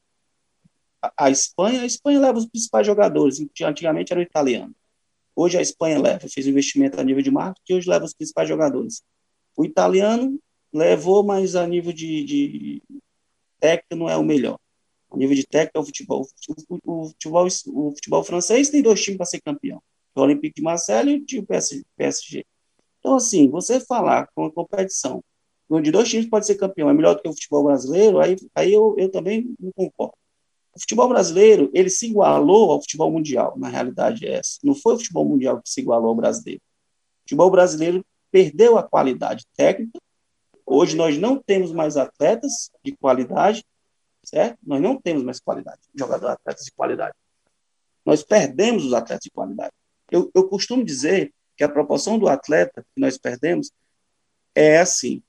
a, a Espanha. A Espanha leva os principais jogadores, antigamente era o italiano. Hoje a Espanha leva, fez um investimento a nível de marketing, e hoje leva os principais jogadores. O italiano levou, mas a nível de, de técnica não é o melhor. A nível de técnica é o futebol. O, o, o, futebol. o futebol francês tem dois times para ser campeão. O Olympique de Marseille e o P S G. Então, assim, você falar com uma competição onde dois times podem ser campeão é melhor do que o futebol brasileiro, aí, aí eu, eu também não concordo. O futebol brasileiro, ele se igualou ao futebol mundial, na realidade é essa. Não foi o futebol mundial que se igualou ao brasileiro. O futebol brasileiro perdeu a qualidade técnica. Hoje nós não temos mais atletas de qualidade, certo? Nós não temos mais qualidade, jogadores atletas de qualidade. Nós perdemos os atletas de qualidade. Eu, eu costumo dizer que a proporção do atleta que nós perdemos é assim,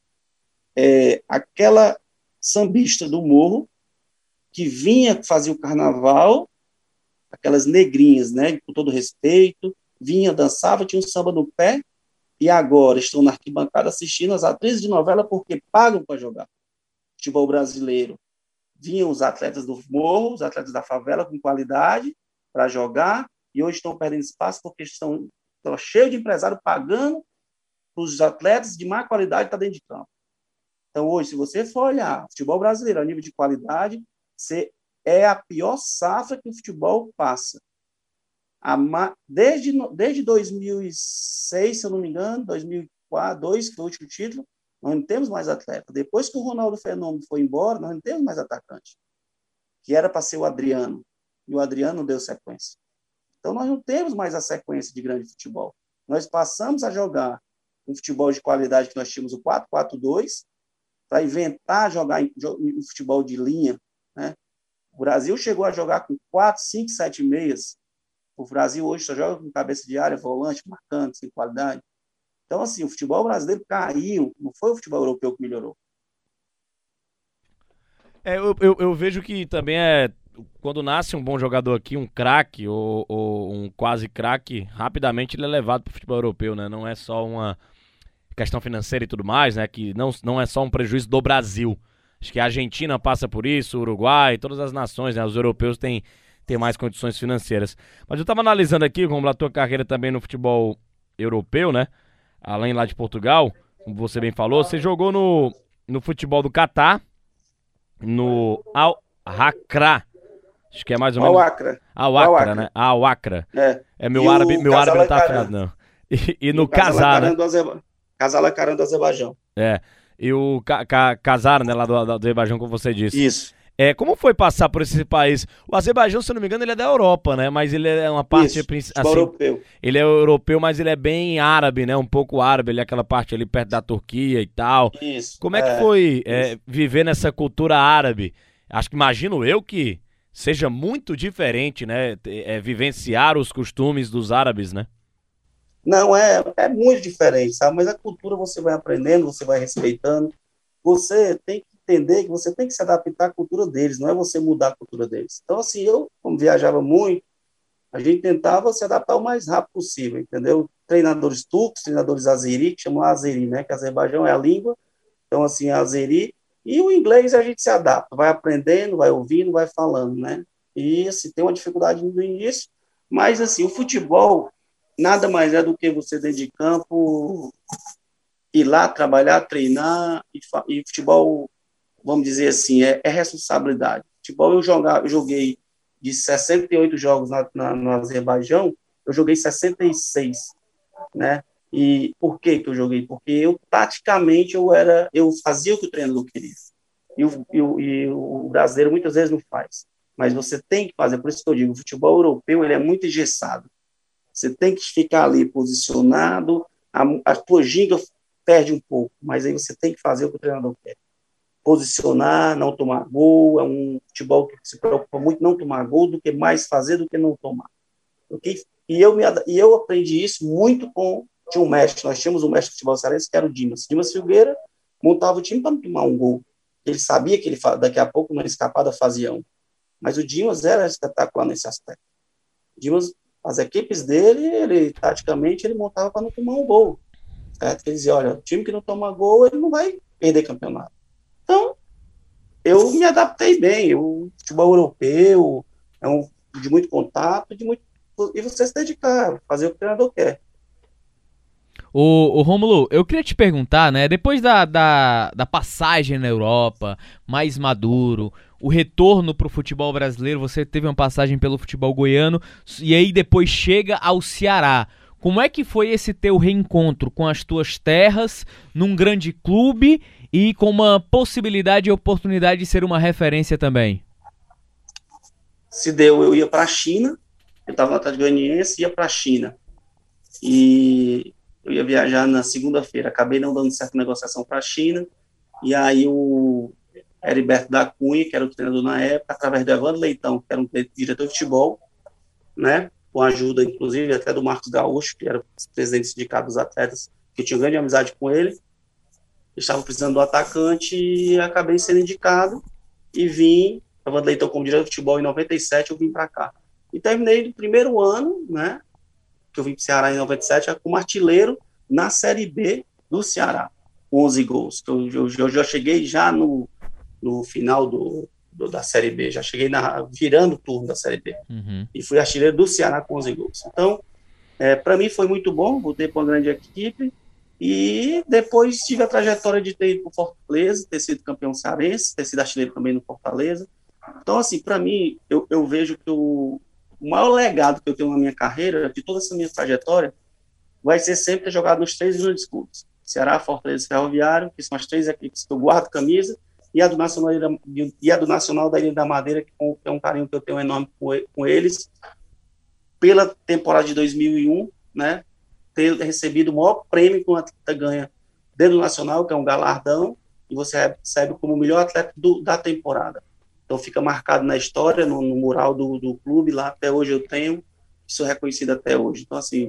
é aquela sambista do morro que vinha fazer o carnaval, aquelas negrinhas, né, com todo respeito, vinha, dançava, tinha um samba no pé, e agora estão na arquibancada assistindo as atrizes de novela porque pagam para jogar. Futebol brasileiro. Vinham os atletas do morro, os atletas da favela com qualidade para jogar, e hoje estão perdendo espaço porque estão, estão cheios de empresários pagando para os atletas de má qualidade estar dentro de campo. Então, hoje, se você for olhar o futebol brasileiro a nível de qualidade, você é a pior safra que o futebol passa. Desde, desde dois mil e seis, se eu não me engano, dois mil e quatro, dois, que foi o último título, nós não temos mais atleta. Depois que o Ronaldo Fenômeno foi embora, nós não temos mais atacante, que era para ser o Adriano, e o Adriano não deu sequência. Então, nós não temos mais a sequência de grande futebol. Nós passamos a jogar um futebol de qualidade que nós tínhamos o quatro quatro dois, para inventar jogar em, em futebol de linha, né? O Brasil chegou a jogar com quatro, cinco, sete meias. O Brasil hoje só joga com cabeça de área, volante, marcando, sem qualidade. Então, assim, o futebol brasileiro caiu, não foi o futebol europeu que melhorou. É, eu, eu, eu vejo que também é, quando nasce um bom jogador aqui, um craque ou, ou um quase craque, rapidamente ele é levado para o futebol europeu, né? Não é só uma questão financeira e tudo mais, né? Que não, não é só um prejuízo do Brasil. Acho que a Argentina passa por isso, o Uruguai, todas as nações, né? Os europeus têm, têm mais condições financeiras. Mas eu estava analisando aqui, como a tua carreira também no futebol europeu, né? Além lá de Portugal, como você bem falou, você jogou no, no futebol do Catar, no Al-Hakra. Acho que é mais ou menos... Al-Hakra. Al-Hakra, né? Al-Hakra. É. É, meu árabe, meu árabe não tá Casalacaran. afinado, não. E, e no Casar, Casar, né? Azerba... Casalacaran do Azerbaijão. É. E o ca ca Casar, né, lá do, do Azerbaijão, como você disse. Isso. É, como foi passar por esse país? O Azerbaijão, se eu não me engano, ele é da Europa, né? Mas ele é uma parte... Isso, assim, europeu. Ele é europeu, mas ele é bem árabe, né? Um pouco árabe, ele é aquela parte ali perto da Turquia e tal. Isso. Como é, é que foi é, viver nessa cultura árabe? Acho que imagino eu que seja muito diferente, né? É, vivenciar os costumes dos árabes, né? Não, é, é muito diferente, sabe? Mas a cultura você vai aprendendo, você vai respeitando. Você tem que entender que você tem que se adaptar à cultura deles, não é você mudar a cultura deles. Então, assim, eu, como viajava muito, a gente tentava se adaptar o mais rápido possível, entendeu? Treinadores turcos, treinadores azeri, que chamam azeri, né? Que Azerbaijão é a língua. Então, assim, azeri. E o inglês a gente se adapta, vai aprendendo, vai ouvindo, vai falando, né? E, assim, tem uma dificuldade no início, mas, assim, o futebol nada mais é do que você dentro de campo, ir lá, trabalhar, treinar, e, e futebol, vamos dizer assim, é, é responsabilidade. Futebol eu, jogar, eu joguei de sessenta e oito jogos na, na, no Azerbaijão, eu joguei sessenta e seis, né? E por que que eu joguei? Porque eu, taticamente, eu, era, eu fazia o que o treinador queria. E o, e, o, e o brasileiro muitas vezes não faz. Mas você tem que fazer, por isso que eu digo, o futebol europeu ele é muito engessado. Você tem que ficar ali posicionado, a, a tua ginga perde um pouco, mas aí você tem que fazer o que o treinador quer. Posicionar, não tomar gol, é um futebol que se preocupa muito não tomar gol do que mais fazer do que não tomar. Okay? E, eu me, e eu aprendi isso muito com tinha um mestre, nós tínhamos um mestre de futebol cearense que era o Dimas. Dimas Filgueira montava o time para não tomar um gol. Ele sabia que ele daqui a pouco, numa escapada, fazia um. Mas o Dimas era espetacular nesse aspecto. O Dimas, as equipes dele, ele, taticamente, ele montava para não tomar um gol. Certo? Ele dizia, olha, o time que não toma gol, ele não vai perder campeonato. Então, eu me adaptei bem. O futebol europeu é um de muito contato, de muito, e você se dedicar, fazer o que o treinador quer. Ô, ô Rômulo, eu queria te perguntar, né, depois da, da, da passagem na Europa, mais maduro, o retorno pro futebol brasileiro, você teve uma passagem pelo futebol goiano, e aí depois chega ao Ceará. Como é que foi esse teu reencontro com as tuas terras, num grande clube, e com uma possibilidade e oportunidade de ser uma referência também? Se deu, eu ia para a China, eu estava no Atlético Goianiense, ia para a China, e eu ia viajar na segunda-feira, acabei não dando certa negociação para a China, e aí o Heriberto da Cunha, que era o treinador na época, através do Evandro Leitão, que era um diretor de futebol, né, com a ajuda, inclusive, até do Marcos Gaúcho, que era o presidente do sindicato dos atletas, que eu tinha grande amizade com ele, estava precisando do atacante, e acabei sendo indicado, e vim, Evandro Leitão como diretor de futebol em noventa e sete, eu vim para cá. E terminei no primeiro ano, né, que eu vim para o Ceará em noventa e sete, como artilheiro na Série B do Ceará, com onze gols. Eu, eu, eu já cheguei já no, no final do, do, da Série B, já cheguei na, virando o turno da Série B. Uhum. E fui artilheiro do Ceará com onze gols. Então, é, para mim foi muito bom, voltei para uma grande equipe, e depois tive a trajetória de ter ido para o Fortaleza, ter sido campeão cearense, ter sido artilheiro também no Fortaleza. Então, assim, para mim, eu, eu vejo que o O maior legado que eu tenho na minha carreira, de toda essa minha trajetória, vai ser sempre ter jogado nos três grandes clubes. Ceará, Fortaleza e Ferroviário, que são as três equipes que eu guardo camisa, e a do Nacional, e a do Nacional da Ilha da Madeira, que é um carinho que eu tenho enorme com eles, pela temporada de dois mil e um, né, ter recebido o maior prêmio que um atleta ganha dentro do Nacional, que é um galardão, e você recebe como o melhor atleta do, da temporada. Então fica marcado na história, no, no mural do, do clube, lá até hoje eu tenho, isso é reconhecido até hoje. Então, assim,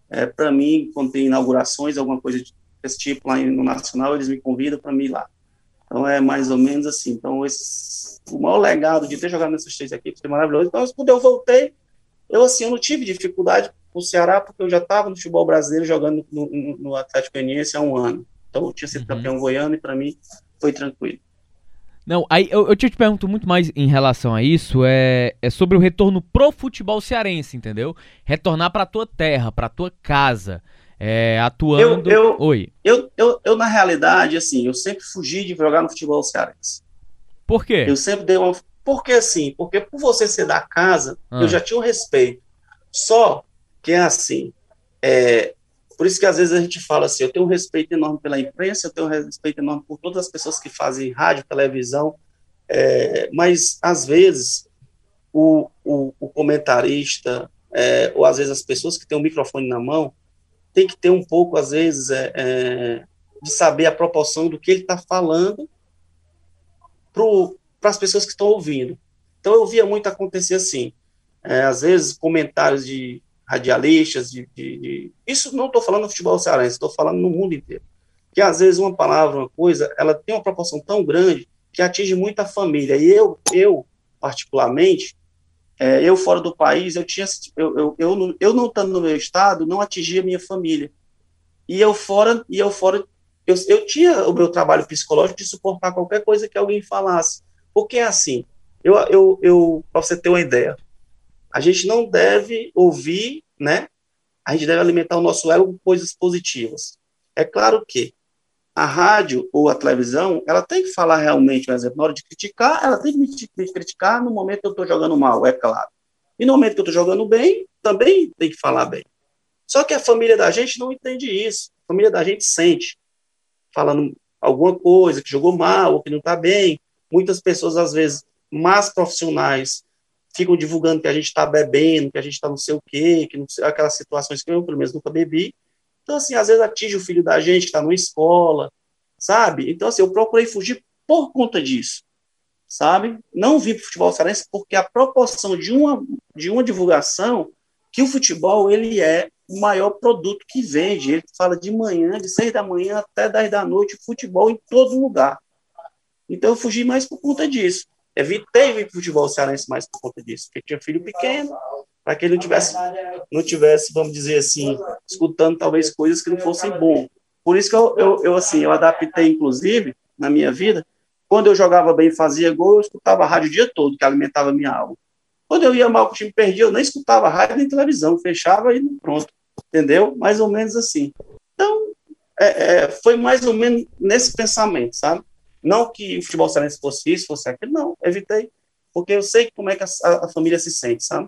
É, para mim, quando tem inaugurações, alguma coisa desse tipo lá no Nacional, eles me convidam para mim ir lá. Então é mais ou menos assim. Então esse, o maior legado de ter jogado nessas três equipes foi maravilhoso. Então quando eu voltei, eu assim, eu não tive dificuldade com o Ceará, porque eu já estava no futebol brasileiro jogando no, no, no Atlético Goianiense há um ano. Então eu tinha sido uhum. campeão goiano e para mim foi tranquilo. Não, aí eu, eu te pergunto muito mais em relação a isso, é, é sobre o retorno pro futebol cearense, entendeu? Retornar pra tua terra, pra tua casa, é, atuando... Eu, eu, Oi. Eu, eu, eu, na realidade, assim, eu sempre fugi de jogar no futebol cearense. Por quê? Eu sempre dei uma... Porque, assim, porque por você ser da casa, ah. eu já tinha um respeito. Só que é assim, é... por isso que às vezes a gente fala assim, eu tenho um respeito enorme pela imprensa, eu tenho um respeito enorme por todas as pessoas que fazem rádio, televisão, é... mas às vezes o, o, o comentarista, é... ou às vezes as pessoas que têm o microfone na mão, tem que ter um pouco, às vezes, é, é, de saber a proporção do que ele está falando para as pessoas que estão ouvindo. Então, eu via muito acontecer assim, é, às vezes, comentários de radialistas, de, de, de... isso não estou falando no futebol cearense, estou falando no mundo inteiro, que às vezes uma palavra, uma coisa, ela tem uma proporção tão grande que atinge muita família. E eu, eu particularmente, É, eu fora do país, eu tinha, eu, eu, eu, não, eu não estando no meu estado, não atingia a minha família. E eu fora, e eu fora, eu, eu tinha o meu trabalho psicológico de suportar qualquer coisa que alguém falasse. Porque é assim, eu, eu, eu para você ter uma ideia, a gente não deve ouvir, né? A gente deve alimentar o nosso ego com coisas positivas. É claro que a rádio ou a televisão, ela tem que falar realmente, por exemplo, na hora de criticar, ela tem que me criticar no momento que eu estou jogando mal, é claro. E no momento que eu estou jogando bem, também tem que falar bem. Só que a família da gente não entende isso. A família da gente sente, falando alguma coisa, que jogou mal, ou que não está bem. Muitas pessoas, às vezes, más profissionais, ficam divulgando que a gente está bebendo, que a gente está não sei o quê, que não sei, aquelas situações que eu, pelo menos, nunca bebi. Então, assim, às vezes atinge o filho da gente que está numa escola, sabe? Então, assim, eu procurei fugir por conta disso, sabe? Não vim para o futebol cearense porque a proporção de uma, de uma divulgação que o futebol, ele é o maior produto que vende. Ele fala de manhã, de seis da manhã até dez da noite, futebol em todo lugar. Então, eu fugi mais por conta disso. Evitei vir para o futebol cearense mais por conta disso, porque tinha filho pequeno, para que ele não tivesse, não tivesse, vamos dizer assim, escutando talvez coisas que não fossem bom. Por isso que eu, eu, eu, assim, eu adaptei, inclusive, na minha vida, quando eu jogava bem e fazia gol, eu escutava rádio o dia todo, que alimentava a minha alma. Quando eu ia mal, que o time perdia, eu nem escutava rádio nem televisão, fechava e pronto, entendeu? Mais ou menos assim. Então, é, é, foi mais ou menos nesse pensamento, sabe? Não que o futebol cearense fosse isso, fosse aquilo, não, evitei, porque eu sei como é que a, a família se sente, sabe?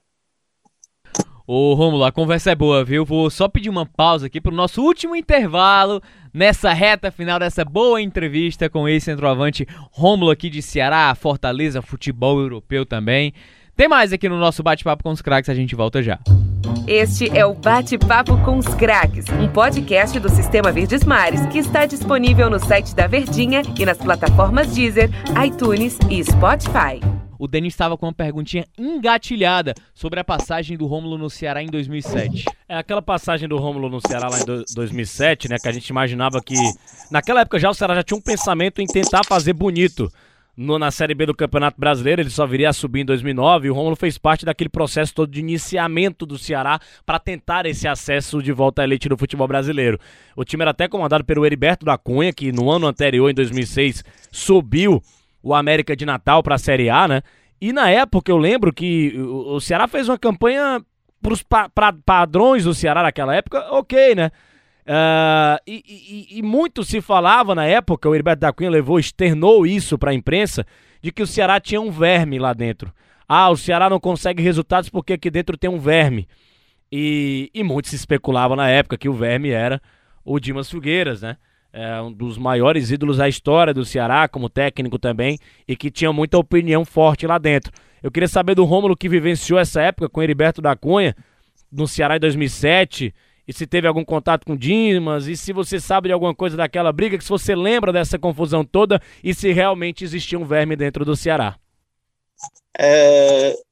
Ô Rômulo, a conversa é boa, viu? Vou só pedir uma pausa aqui pro nosso último intervalo nessa reta final dessa boa entrevista com esse centroavante Rômulo aqui de Ceará, Fortaleza, futebol europeu também. Tem mais aqui no nosso Bate-Papo com os Craques, a gente volta já. Este é o Bate-Papo com os Craques, um podcast do Sistema Verdes Mares que está disponível no site da Verdinha e nas plataformas Deezer, iTunes e Spotify. O Denis estava com uma perguntinha engatilhada sobre a passagem do Rômulo no Ceará em dois mil e sete. É aquela passagem do Rômulo no Ceará lá em dois mil e sete, né, que a gente imaginava que... Naquela época já o Ceará já tinha um pensamento em tentar fazer bonito no, na Série B do Campeonato Brasileiro, ele só viria a subir em dois mil e nove, e o Rômulo fez parte daquele processo todo de iniciamento do Ceará para tentar esse acesso de volta à elite do futebol brasileiro. O time era até comandado pelo Heriberto da Cunha, que no ano anterior, em dois mil e seis, subiu o América de Natal para a Série A, né? E na época eu lembro que o Ceará fez uma campanha para os pa- padrões do Ceará naquela época, ok, né? Uh, e, e, e muito se falava na época, o Heriberto da Cunha levou, externou isso para a imprensa, de que o Ceará tinha um verme lá dentro. Ah, o Ceará não consegue resultados porque aqui dentro tem um verme. E, e muito se especulava na época que o verme era o Dimas Filgueiras, né? É um dos maiores ídolos da história do Ceará, como técnico também, e que tinha muita opinião forte lá dentro. Eu queria saber do Rômulo, que vivenciou essa época com Heriberto da Cunha, no Ceará em dois mil e sete, e se teve algum contato com o Dimas, e se você sabe de alguma coisa daquela briga, que se você lembra dessa confusão toda, e se realmente existia um verme dentro do Ceará. É,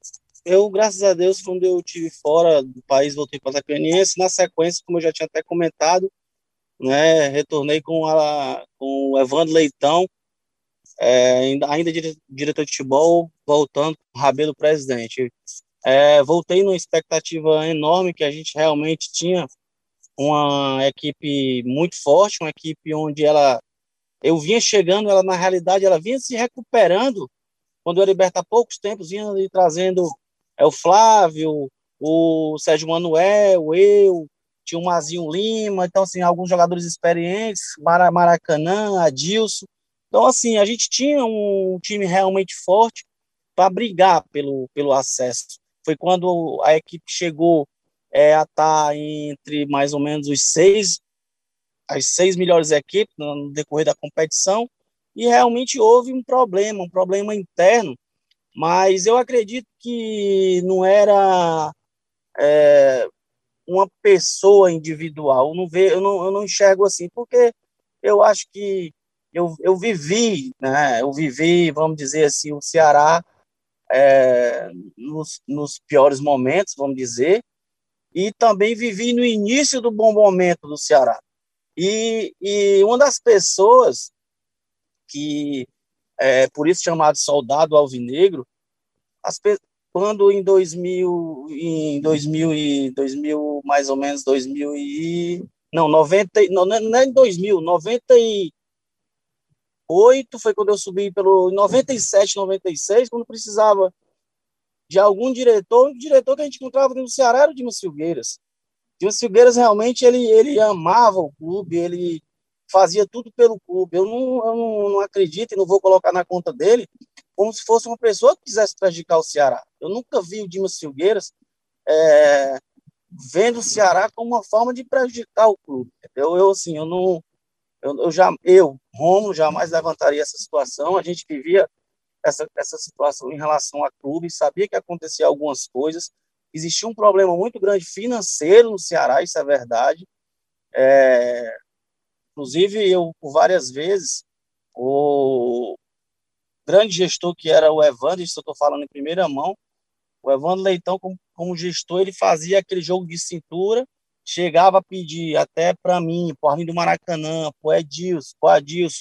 Eu, graças a Deus, quando eu estive fora do país, voltei para o Atacaniense. Na sequência, como eu já tinha até comentado, né, retornei com, a, com o Evandro Leitão, é, ainda, ainda dire, diretor de futebol, voltando com o Rabelo presidente. É, voltei numa expectativa enorme, que a gente realmente tinha uma equipe muito forte, uma equipe onde ela, eu vinha chegando, ela na realidade, ela vinha se recuperando, quando eu era liberta há poucos tempos, vinha ali trazendo é, o Flávio, o Sérgio Manuel, eu, tinha o Mazinho Lima, então, assim, alguns jogadores experientes, Maracanã, Adilson. Então, assim, a gente tinha um time realmente forte para brigar pelo, pelo acesso. Foi quando a equipe chegou é, a estar entre mais ou menos os seis, as seis melhores equipes no decorrer da competição, e realmente houve um problema, um problema interno, mas eu acredito que não era é, uma pessoa individual, eu não, ve, eu, não, eu não enxergo assim, porque eu acho que eu, eu vivi, né, eu vivi, vamos dizer assim, o Ceará é, nos, nos piores momentos, vamos dizer, e também vivi no início do bom momento do Ceará. E, e uma das pessoas que, é, por isso chamado soldado alvinegro, as pe... quando em dois mil, em dois mil e dois mil, mais ou menos dois mil e não, noventa, não, não é em dois mil, noventa e oito foi quando eu subi pelo noventa e sete, noventa e seis, quando precisava de algum diretor, o diretor que a gente encontrava no Ceará era o Dimas Filgueiras. Dimas Filgueiras realmente ele, ele amava o clube, ele fazia tudo pelo clube. Eu não, eu não, não acredito e não vou colocar na conta dele como se fosse uma pessoa que quisesse prejudicar o Ceará. Eu nunca vi o Dimas Filgueiras é, vendo o Ceará como uma forma de prejudicar o clube. Eu, eu assim, eu não, eu, eu já, eu, Romo, jamais levantaria essa situação. A gente vivia essa, essa situação em relação a clube, sabia que acontecia algumas coisas. Existia um problema muito grande financeiro no Ceará, isso é verdade. É, inclusive, eu, por várias vezes, o grande gestor que era o Evandro, isso eu estou falando em primeira mão, o Evandro Leitão, como, como gestor, ele fazia aquele jogo de cintura, chegava a pedir até para mim, para mim do Maracanã, para o Edilson, para o Adilson,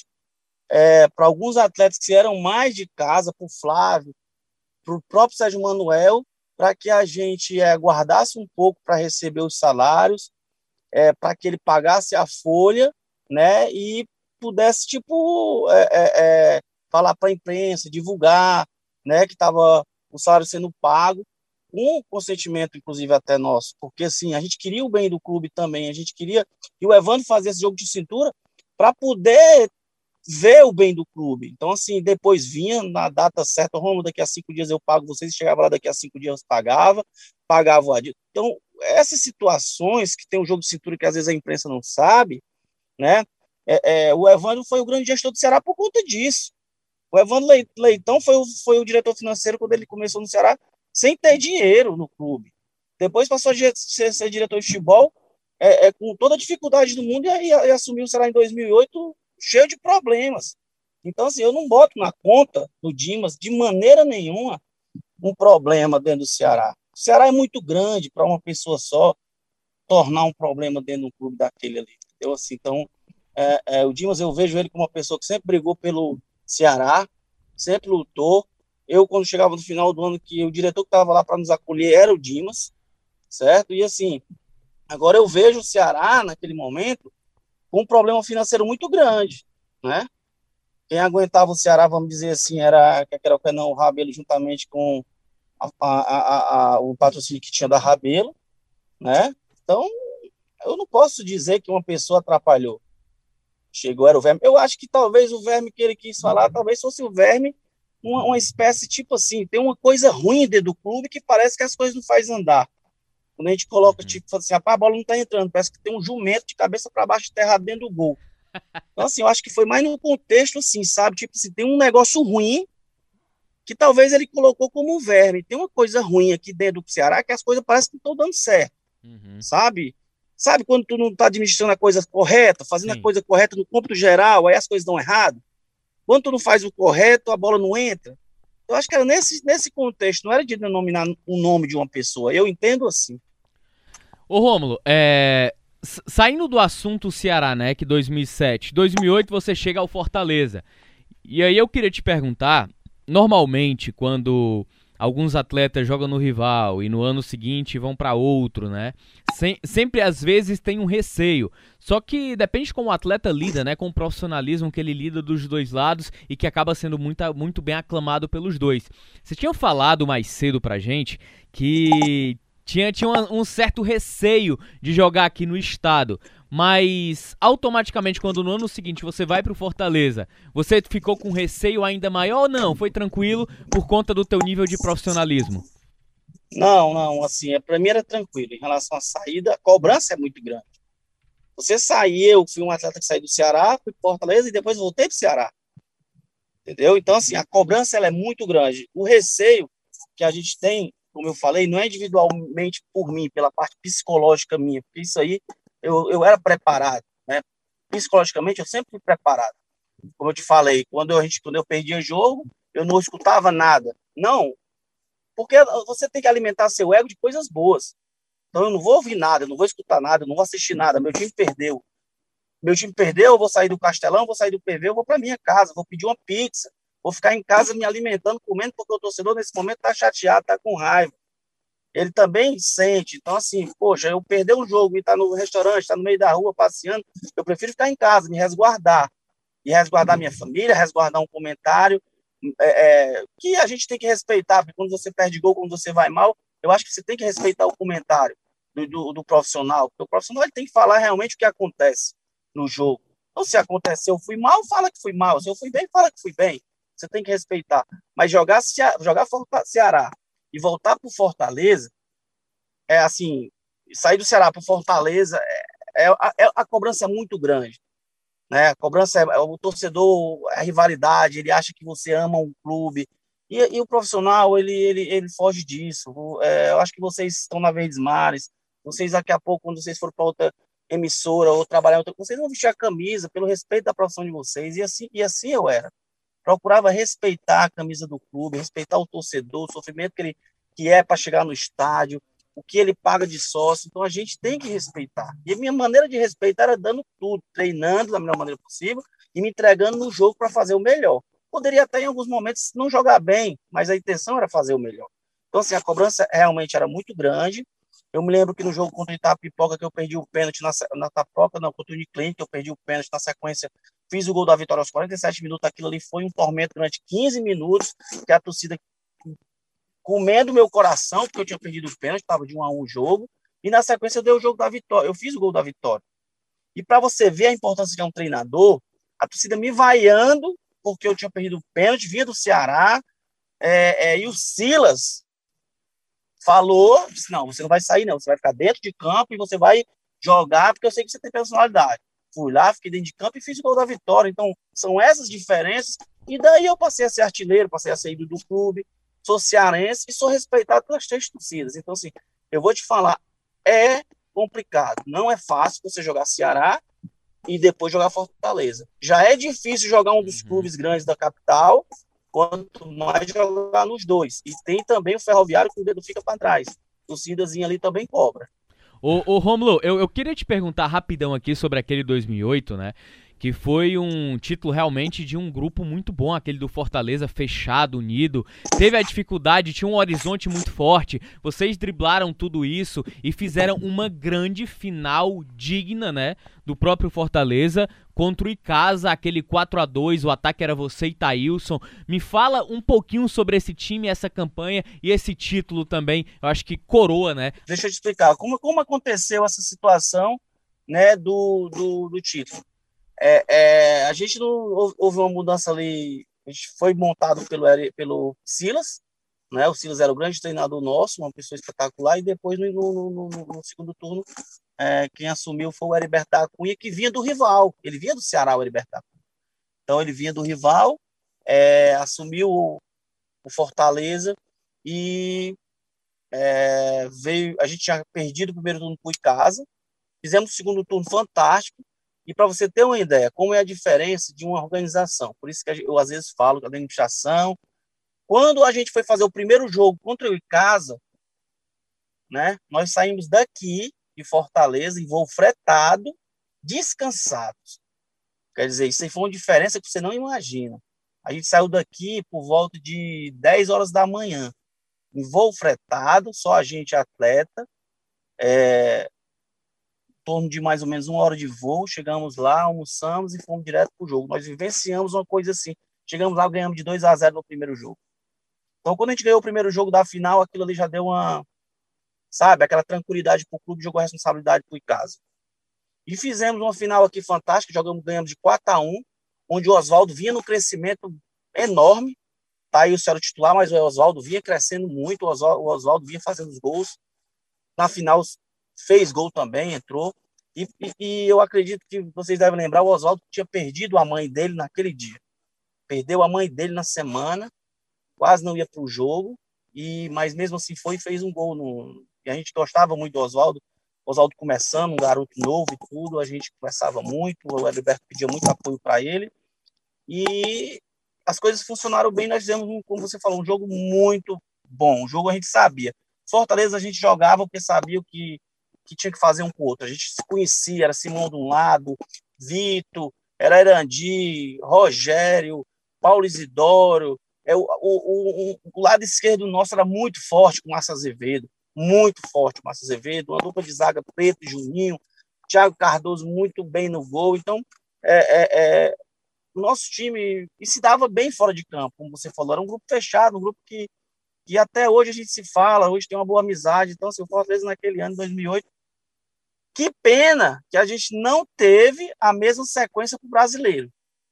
é, para alguns atletas que eram mais de casa, para o Flávio, para o próprio Sérgio Manuel, para que a gente é, guardasse um pouco para receber os salários, é, para que ele pagasse a folha, né, e pudesse, tipo, é, é, é, falar para a imprensa, divulgar, né, que estava o salário sendo pago, com consentimento, inclusive, até nosso, porque, assim, a gente queria o bem do clube também, a gente queria que o Evandro fazia esse jogo de cintura para poder ver o bem do clube. Então, assim, depois vinha na data certa, Romulo, daqui a cinco dias eu pago vocês, chegava lá daqui a cinco dias eu pagava, pagava o Adilson. Então, essas situações que tem um jogo de cintura que às vezes a imprensa não sabe, né? É, é, o Evandro foi o grande gestor do Ceará por conta disso. O Evandro Leitão foi o, foi o diretor financeiro quando ele começou no Ceará sem ter dinheiro no clube. Depois passou a ser, ser diretor de futebol é, é, com toda a dificuldade do mundo e, e, e assumiu o Ceará em dois mil e oito cheio de problemas. Então, assim, eu não boto na conta do Dimas, de maneira nenhuma, um problema dentro do Ceará. O Ceará é muito grande para uma pessoa só tornar um problema dentro do clube daquele ali. Entendeu? Assim, então, é, é, o Dimas, eu vejo ele como uma pessoa que sempre brigou pelo Ceará, sempre lutou. Eu, quando chegava no final do ano, que o diretor que estava lá para nos acolher era o Dimas, certo? E, assim, agora eu vejo o Ceará, naquele momento, com um problema financeiro muito grande, né? Quem aguentava o Ceará, vamos dizer assim, era, era o Renan Rabelo, juntamente com a, a, a, a, o patrocínio que tinha da Rabelo, né? Então, eu não posso dizer que uma pessoa atrapalhou. Chegou, era o Verme. Eu acho que talvez o Verme que ele quis falar, talvez fosse o Verme, uma, uma espécie, tipo assim, tem uma coisa ruim dentro do clube que parece que as coisas não fazem andar. Quando a gente coloca, uhum. tipo, assim, a bola não tá entrando, parece que tem um jumento de cabeça para baixo enterrado dentro do gol. Então, assim, eu acho que foi mais no contexto, assim, sabe? Tipo assim, tem um negócio ruim que talvez ele colocou como um verme. Tem uma coisa ruim aqui dentro do Ceará que as coisas parecem que estão dando certo, uhum. sabe? Sabe quando tu não tá administrando a coisa correta, fazendo Sim. a coisa correta no cômputo geral, aí as coisas dão errado? Quando tu não faz o correto, a bola não entra. Eu acho que era nesse, nesse contexto, não era de denominar o nome de uma pessoa. Eu entendo assim. Ô Rômulo, é... saindo do assunto Ceará, né, que dois mil e sete, dois mil e oito você chega ao Fortaleza. E aí eu queria te perguntar, normalmente quando alguns atletas jogam no rival e no ano seguinte vão para outro, né? Sem, sempre às vezes tem um receio. Só que depende como o atleta lida, né? Com o profissionalismo que ele lida dos dois lados e que acaba sendo muito, muito bem aclamado pelos dois. Você tinha falado mais cedo pra gente que tinha, tinha um, um certo receio de jogar aqui no estado. Mas automaticamente quando no ano seguinte você vai pro Fortaleza, você ficou com receio ainda maior ou não? Foi tranquilo por conta do teu nível de profissionalismo? Não, não, assim, é, para mim era tranquilo. Em relação à saída, a cobrança é muito grande. Você sair, eu fui um atleta que saiu do Ceará, fui para Fortaleza e depois voltei para o Ceará. Entendeu? Então, assim, a cobrança ela é muito grande. O receio que a gente tem, como eu falei, não é individualmente por mim, pela parte psicológica minha, porque isso aí eu, eu era preparado, né? Psicologicamente eu sempre fui preparado. Como eu te falei, quando eu, a gente, quando eu perdia jogo, eu não escutava nada. Não, porque você tem que alimentar seu ego de coisas boas. Então eu não vou ouvir nada, eu não vou escutar nada, eu não vou assistir nada. Meu time perdeu. Meu time perdeu, eu vou sair do Castelão, vou sair do P V, eu vou para minha casa, vou pedir uma pizza, vou ficar em casa me alimentando, comendo, porque o torcedor nesse momento está chateado, está com raiva. Ele também sente. Então, assim, poxa, eu perder um jogo e estar tá no restaurante, estar tá no meio da rua passeando, eu prefiro ficar em casa, me resguardar. E resguardar minha família, resguardar um comentário, é, é, que a gente tem que respeitar, porque quando você perde gol, quando você vai mal, eu acho que você tem que respeitar o comentário do, do, do profissional, porque o profissional ele tem que falar realmente o que acontece no jogo. Então, se aconteceu, eu fui mal, fala que fui mal. Se eu fui bem, fala que fui bem. Você tem que respeitar. Mas jogar, jogar Ceará e voltar para o Fortaleza, é assim, sair do Ceará para o Fortaleza, é, é, é, a cobrança é muito grande. Né? A cobrança é, é o torcedor, a rivalidade, ele acha que você ama um clube. E, e o profissional, ele, ele, ele foge disso. É, eu acho que vocês estão na Verdes Mares, vocês daqui a pouco, quando vocês forem para outra emissora ou trabalhar em outra, vocês vão vestir a camisa pelo respeito da profissão de vocês. E assim, e assim eu era. Procurava respeitar a camisa do clube, respeitar o torcedor, o sofrimento que, ele, que é para chegar no estádio, o que ele paga de sócio. Então a gente tem que respeitar. E a minha maneira de respeitar era dando tudo, treinando da melhor maneira possível e me entregando no jogo para fazer o melhor. Poderia até em alguns momentos não jogar bem, mas a intenção era fazer o melhor. Então assim, a cobrança realmente era muito grande. Eu me lembro que no jogo contra o Itapipoca, que eu perdi o pênalti na, na Tapoca, não, contra o Uniclinic, que eu perdi o pênalti na sequência, fiz o gol da vitória aos quarenta e sete minutos, aquilo ali foi um tormento durante quinze minutos, que a torcida comendo meu coração, porque eu tinha perdido o pênalti, estava de um a um o jogo, e na sequência eu dei o jogo da vitória, eu fiz o gol da vitória. E para você ver a importância de um treinador, a torcida me vaiando, porque eu tinha perdido o pênalti, vinha do Ceará, é, é, e o Silas falou, disse, não, você não vai sair não, você vai ficar dentro de campo e você vai jogar, porque eu sei que você tem personalidade. Fui lá, fiquei dentro de campo e fiz o gol da vitória. Então, são essas diferenças, e daí eu passei a ser artilheiro, passei a ser ídolo do clube, sou cearense e sou respeitado pelas três torcidas. Então, assim, eu vou te falar, é complicado, não é fácil você jogar Ceará e depois jogar Fortaleza. Já é difícil jogar um dos clubes grandes da capital, quanto mais jogar nos dois. E tem também o Ferroviário que o dedo fica para trás. O Torcidazinha ali também cobra. Ô, ô Rômulo, eu, eu queria te perguntar rapidão aqui sobre aquele dois mil e oito, né? Que foi um título realmente de um grupo muito bom, aquele do Fortaleza, fechado, unido. Teve a dificuldade, tinha um horizonte muito forte. Vocês driblaram tudo isso e fizeram uma grande final digna, né? Do próprio Fortaleza contra o Icasa, aquele quatro a dois, o ataque era você e Thailson. Me fala um pouquinho sobre esse time, essa campanha e esse título também. Eu acho que coroa, né? Deixa eu te explicar como, como aconteceu essa situação, né, do, do, do título. É, é, a gente não houve uma mudança ali, a gente foi montado pelo, pelo Silas, né? O Silas era o grande treinador nosso, uma pessoa espetacular, e depois no, no, no, no segundo turno é, quem assumiu foi o Heriberto da Cunha, que vinha do rival, ele vinha do Ceará, o Heriberto da Cunha. Então ele vinha do rival, é, assumiu o, o Fortaleza e é, veio, a gente tinha perdido o primeiro turno por Icasa, fizemos o segundo turno fantástico. E para você ter uma ideia, como é a diferença de uma organização. Por isso que eu às vezes falo que a administração Quando a gente foi fazer o primeiro jogo contra o Icasa, né, nós saímos daqui de Fortaleza em voo fretado, descansados. Quer dizer, isso aí foi uma diferença que você não imagina. A gente saiu daqui por volta de dez horas da manhã, em voo fretado, só a gente atleta, é, em torno de mais ou menos uma hora de voo. Chegamos lá, almoçamos e fomos direto para o jogo. Nós vivenciamos uma coisa assim. Chegamos lá, ganhamos de dois a zero no primeiro jogo. Então, quando a gente ganhou o primeiro jogo da final, aquilo ali já deu uma, sabe, aquela tranquilidade para o clube, jogou a responsabilidade para o Icasa. E fizemos uma final aqui fantástica, jogamos, ganhamos de quatro a um, onde o Oswaldo vinha no crescimento enorme. Tá aí o Célio titular, mas o Oswaldo vinha crescendo muito, o Oswaldo, o Oswaldo vinha fazendo os gols. Na final fez gol também, entrou. E, e, e eu acredito que vocês devem lembrar, o Oswaldo tinha perdido a mãe dele naquele dia. Perdeu a mãe dele na semana, quase não ia para o jogo, e, mas mesmo assim foi e fez um gol. No, e a gente gostava muito do Oswaldo. O Oswaldo começando, um garoto novo e tudo, a gente conversava muito, o Heriberto pedia muito apoio para ele, e as coisas funcionaram bem. Nós fizemos, como você falou, um jogo muito bom. O jogo a gente sabia. Fortaleza a gente jogava porque sabia o que, que tinha que fazer um com o outro. A gente se conhecia, era Simão de um lado, Vitor, era Erandi, Rogério, Paulo Isidoro. É, o, o, o, o lado esquerdo nosso era muito forte com o Márcio Azevedo. Muito forte o Márcio Azevedo, uma dupla de zaga, Preto e Juninho, Thiago Cardoso muito bem no gol. Então, é, é, é, o nosso time e se dava bem fora de campo, como você falou, era um grupo fechado, um grupo que, que até hoje a gente se fala, hoje tem uma boa amizade. Então, assim, o Fortaleza naquele ano, dois mil e oito, que pena que a gente não teve a mesma sequência para o brasileiro.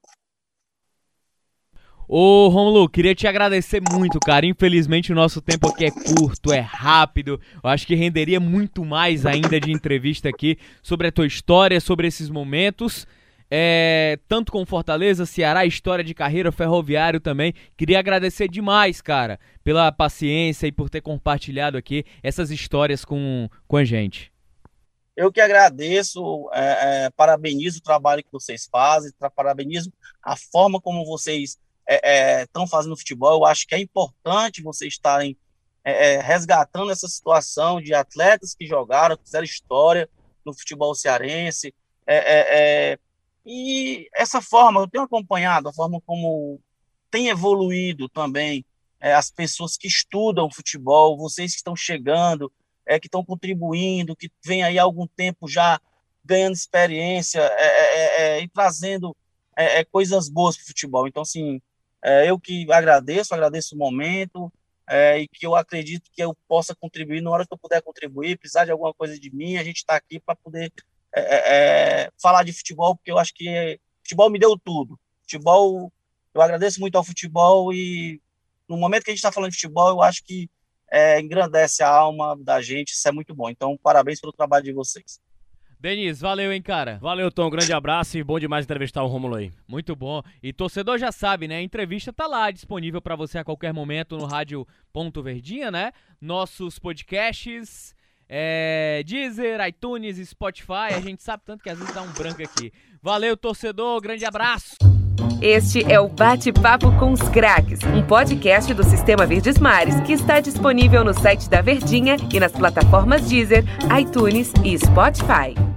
Ô, Rômulo, queria te agradecer muito, cara. Infelizmente o nosso tempo aqui é curto, é rápido. Eu acho que renderia muito mais ainda de entrevista aqui sobre a tua história, sobre esses momentos. É, tanto com Fortaleza, Ceará, história de carreira, Ferroviário também. Queria agradecer demais, cara, pela paciência e por ter compartilhado aqui essas histórias com, com a gente. Eu que agradeço, é, é, parabenizo o trabalho que vocês fazem, parabenizo a forma como vocês estão é, é, fazendo futebol. Eu acho que é importante vocês estarem é, é, resgatando essa situação de atletas que jogaram, que fizeram história no futebol cearense. É, é, é, e essa forma, eu tenho acompanhado a forma como tem evoluído também é, as pessoas que estudam futebol, vocês que estão chegando, é, que estão contribuindo, que vem aí há algum tempo já ganhando experiência é, é, é, e trazendo é, é, coisas boas para o futebol. Então, assim, é, eu que agradeço, agradeço o momento é, e que eu acredito que eu possa contribuir na hora que eu puder contribuir, precisar de alguma coisa de mim, a gente está aqui para poder é, é, falar de futebol, porque eu acho que é, futebol me deu tudo. Futebol, eu agradeço muito ao futebol e no momento que a gente está falando de futebol, eu acho que é, engrandece a alma da gente, isso é muito bom. Então, parabéns pelo trabalho de vocês. Denis, valeu, hein, cara? Valeu, Tom, um grande abraço e bom demais entrevistar o Rômulo aí. Muito bom. E torcedor já sabe, né? A entrevista tá lá, disponível pra você a qualquer momento no Rádio Ponto Verdinha, né? Nossos podcasts, é, Deezer, iTunes, Spotify, a gente sabe tanto que às vezes dá um branco aqui. Valeu, torcedor, grande abraço. Este é o Bate-Papo com os Craques, um podcast do Sistema Verdes Mares que está disponível no site da Verdinha e nas plataformas Deezer, iTunes e Spotify.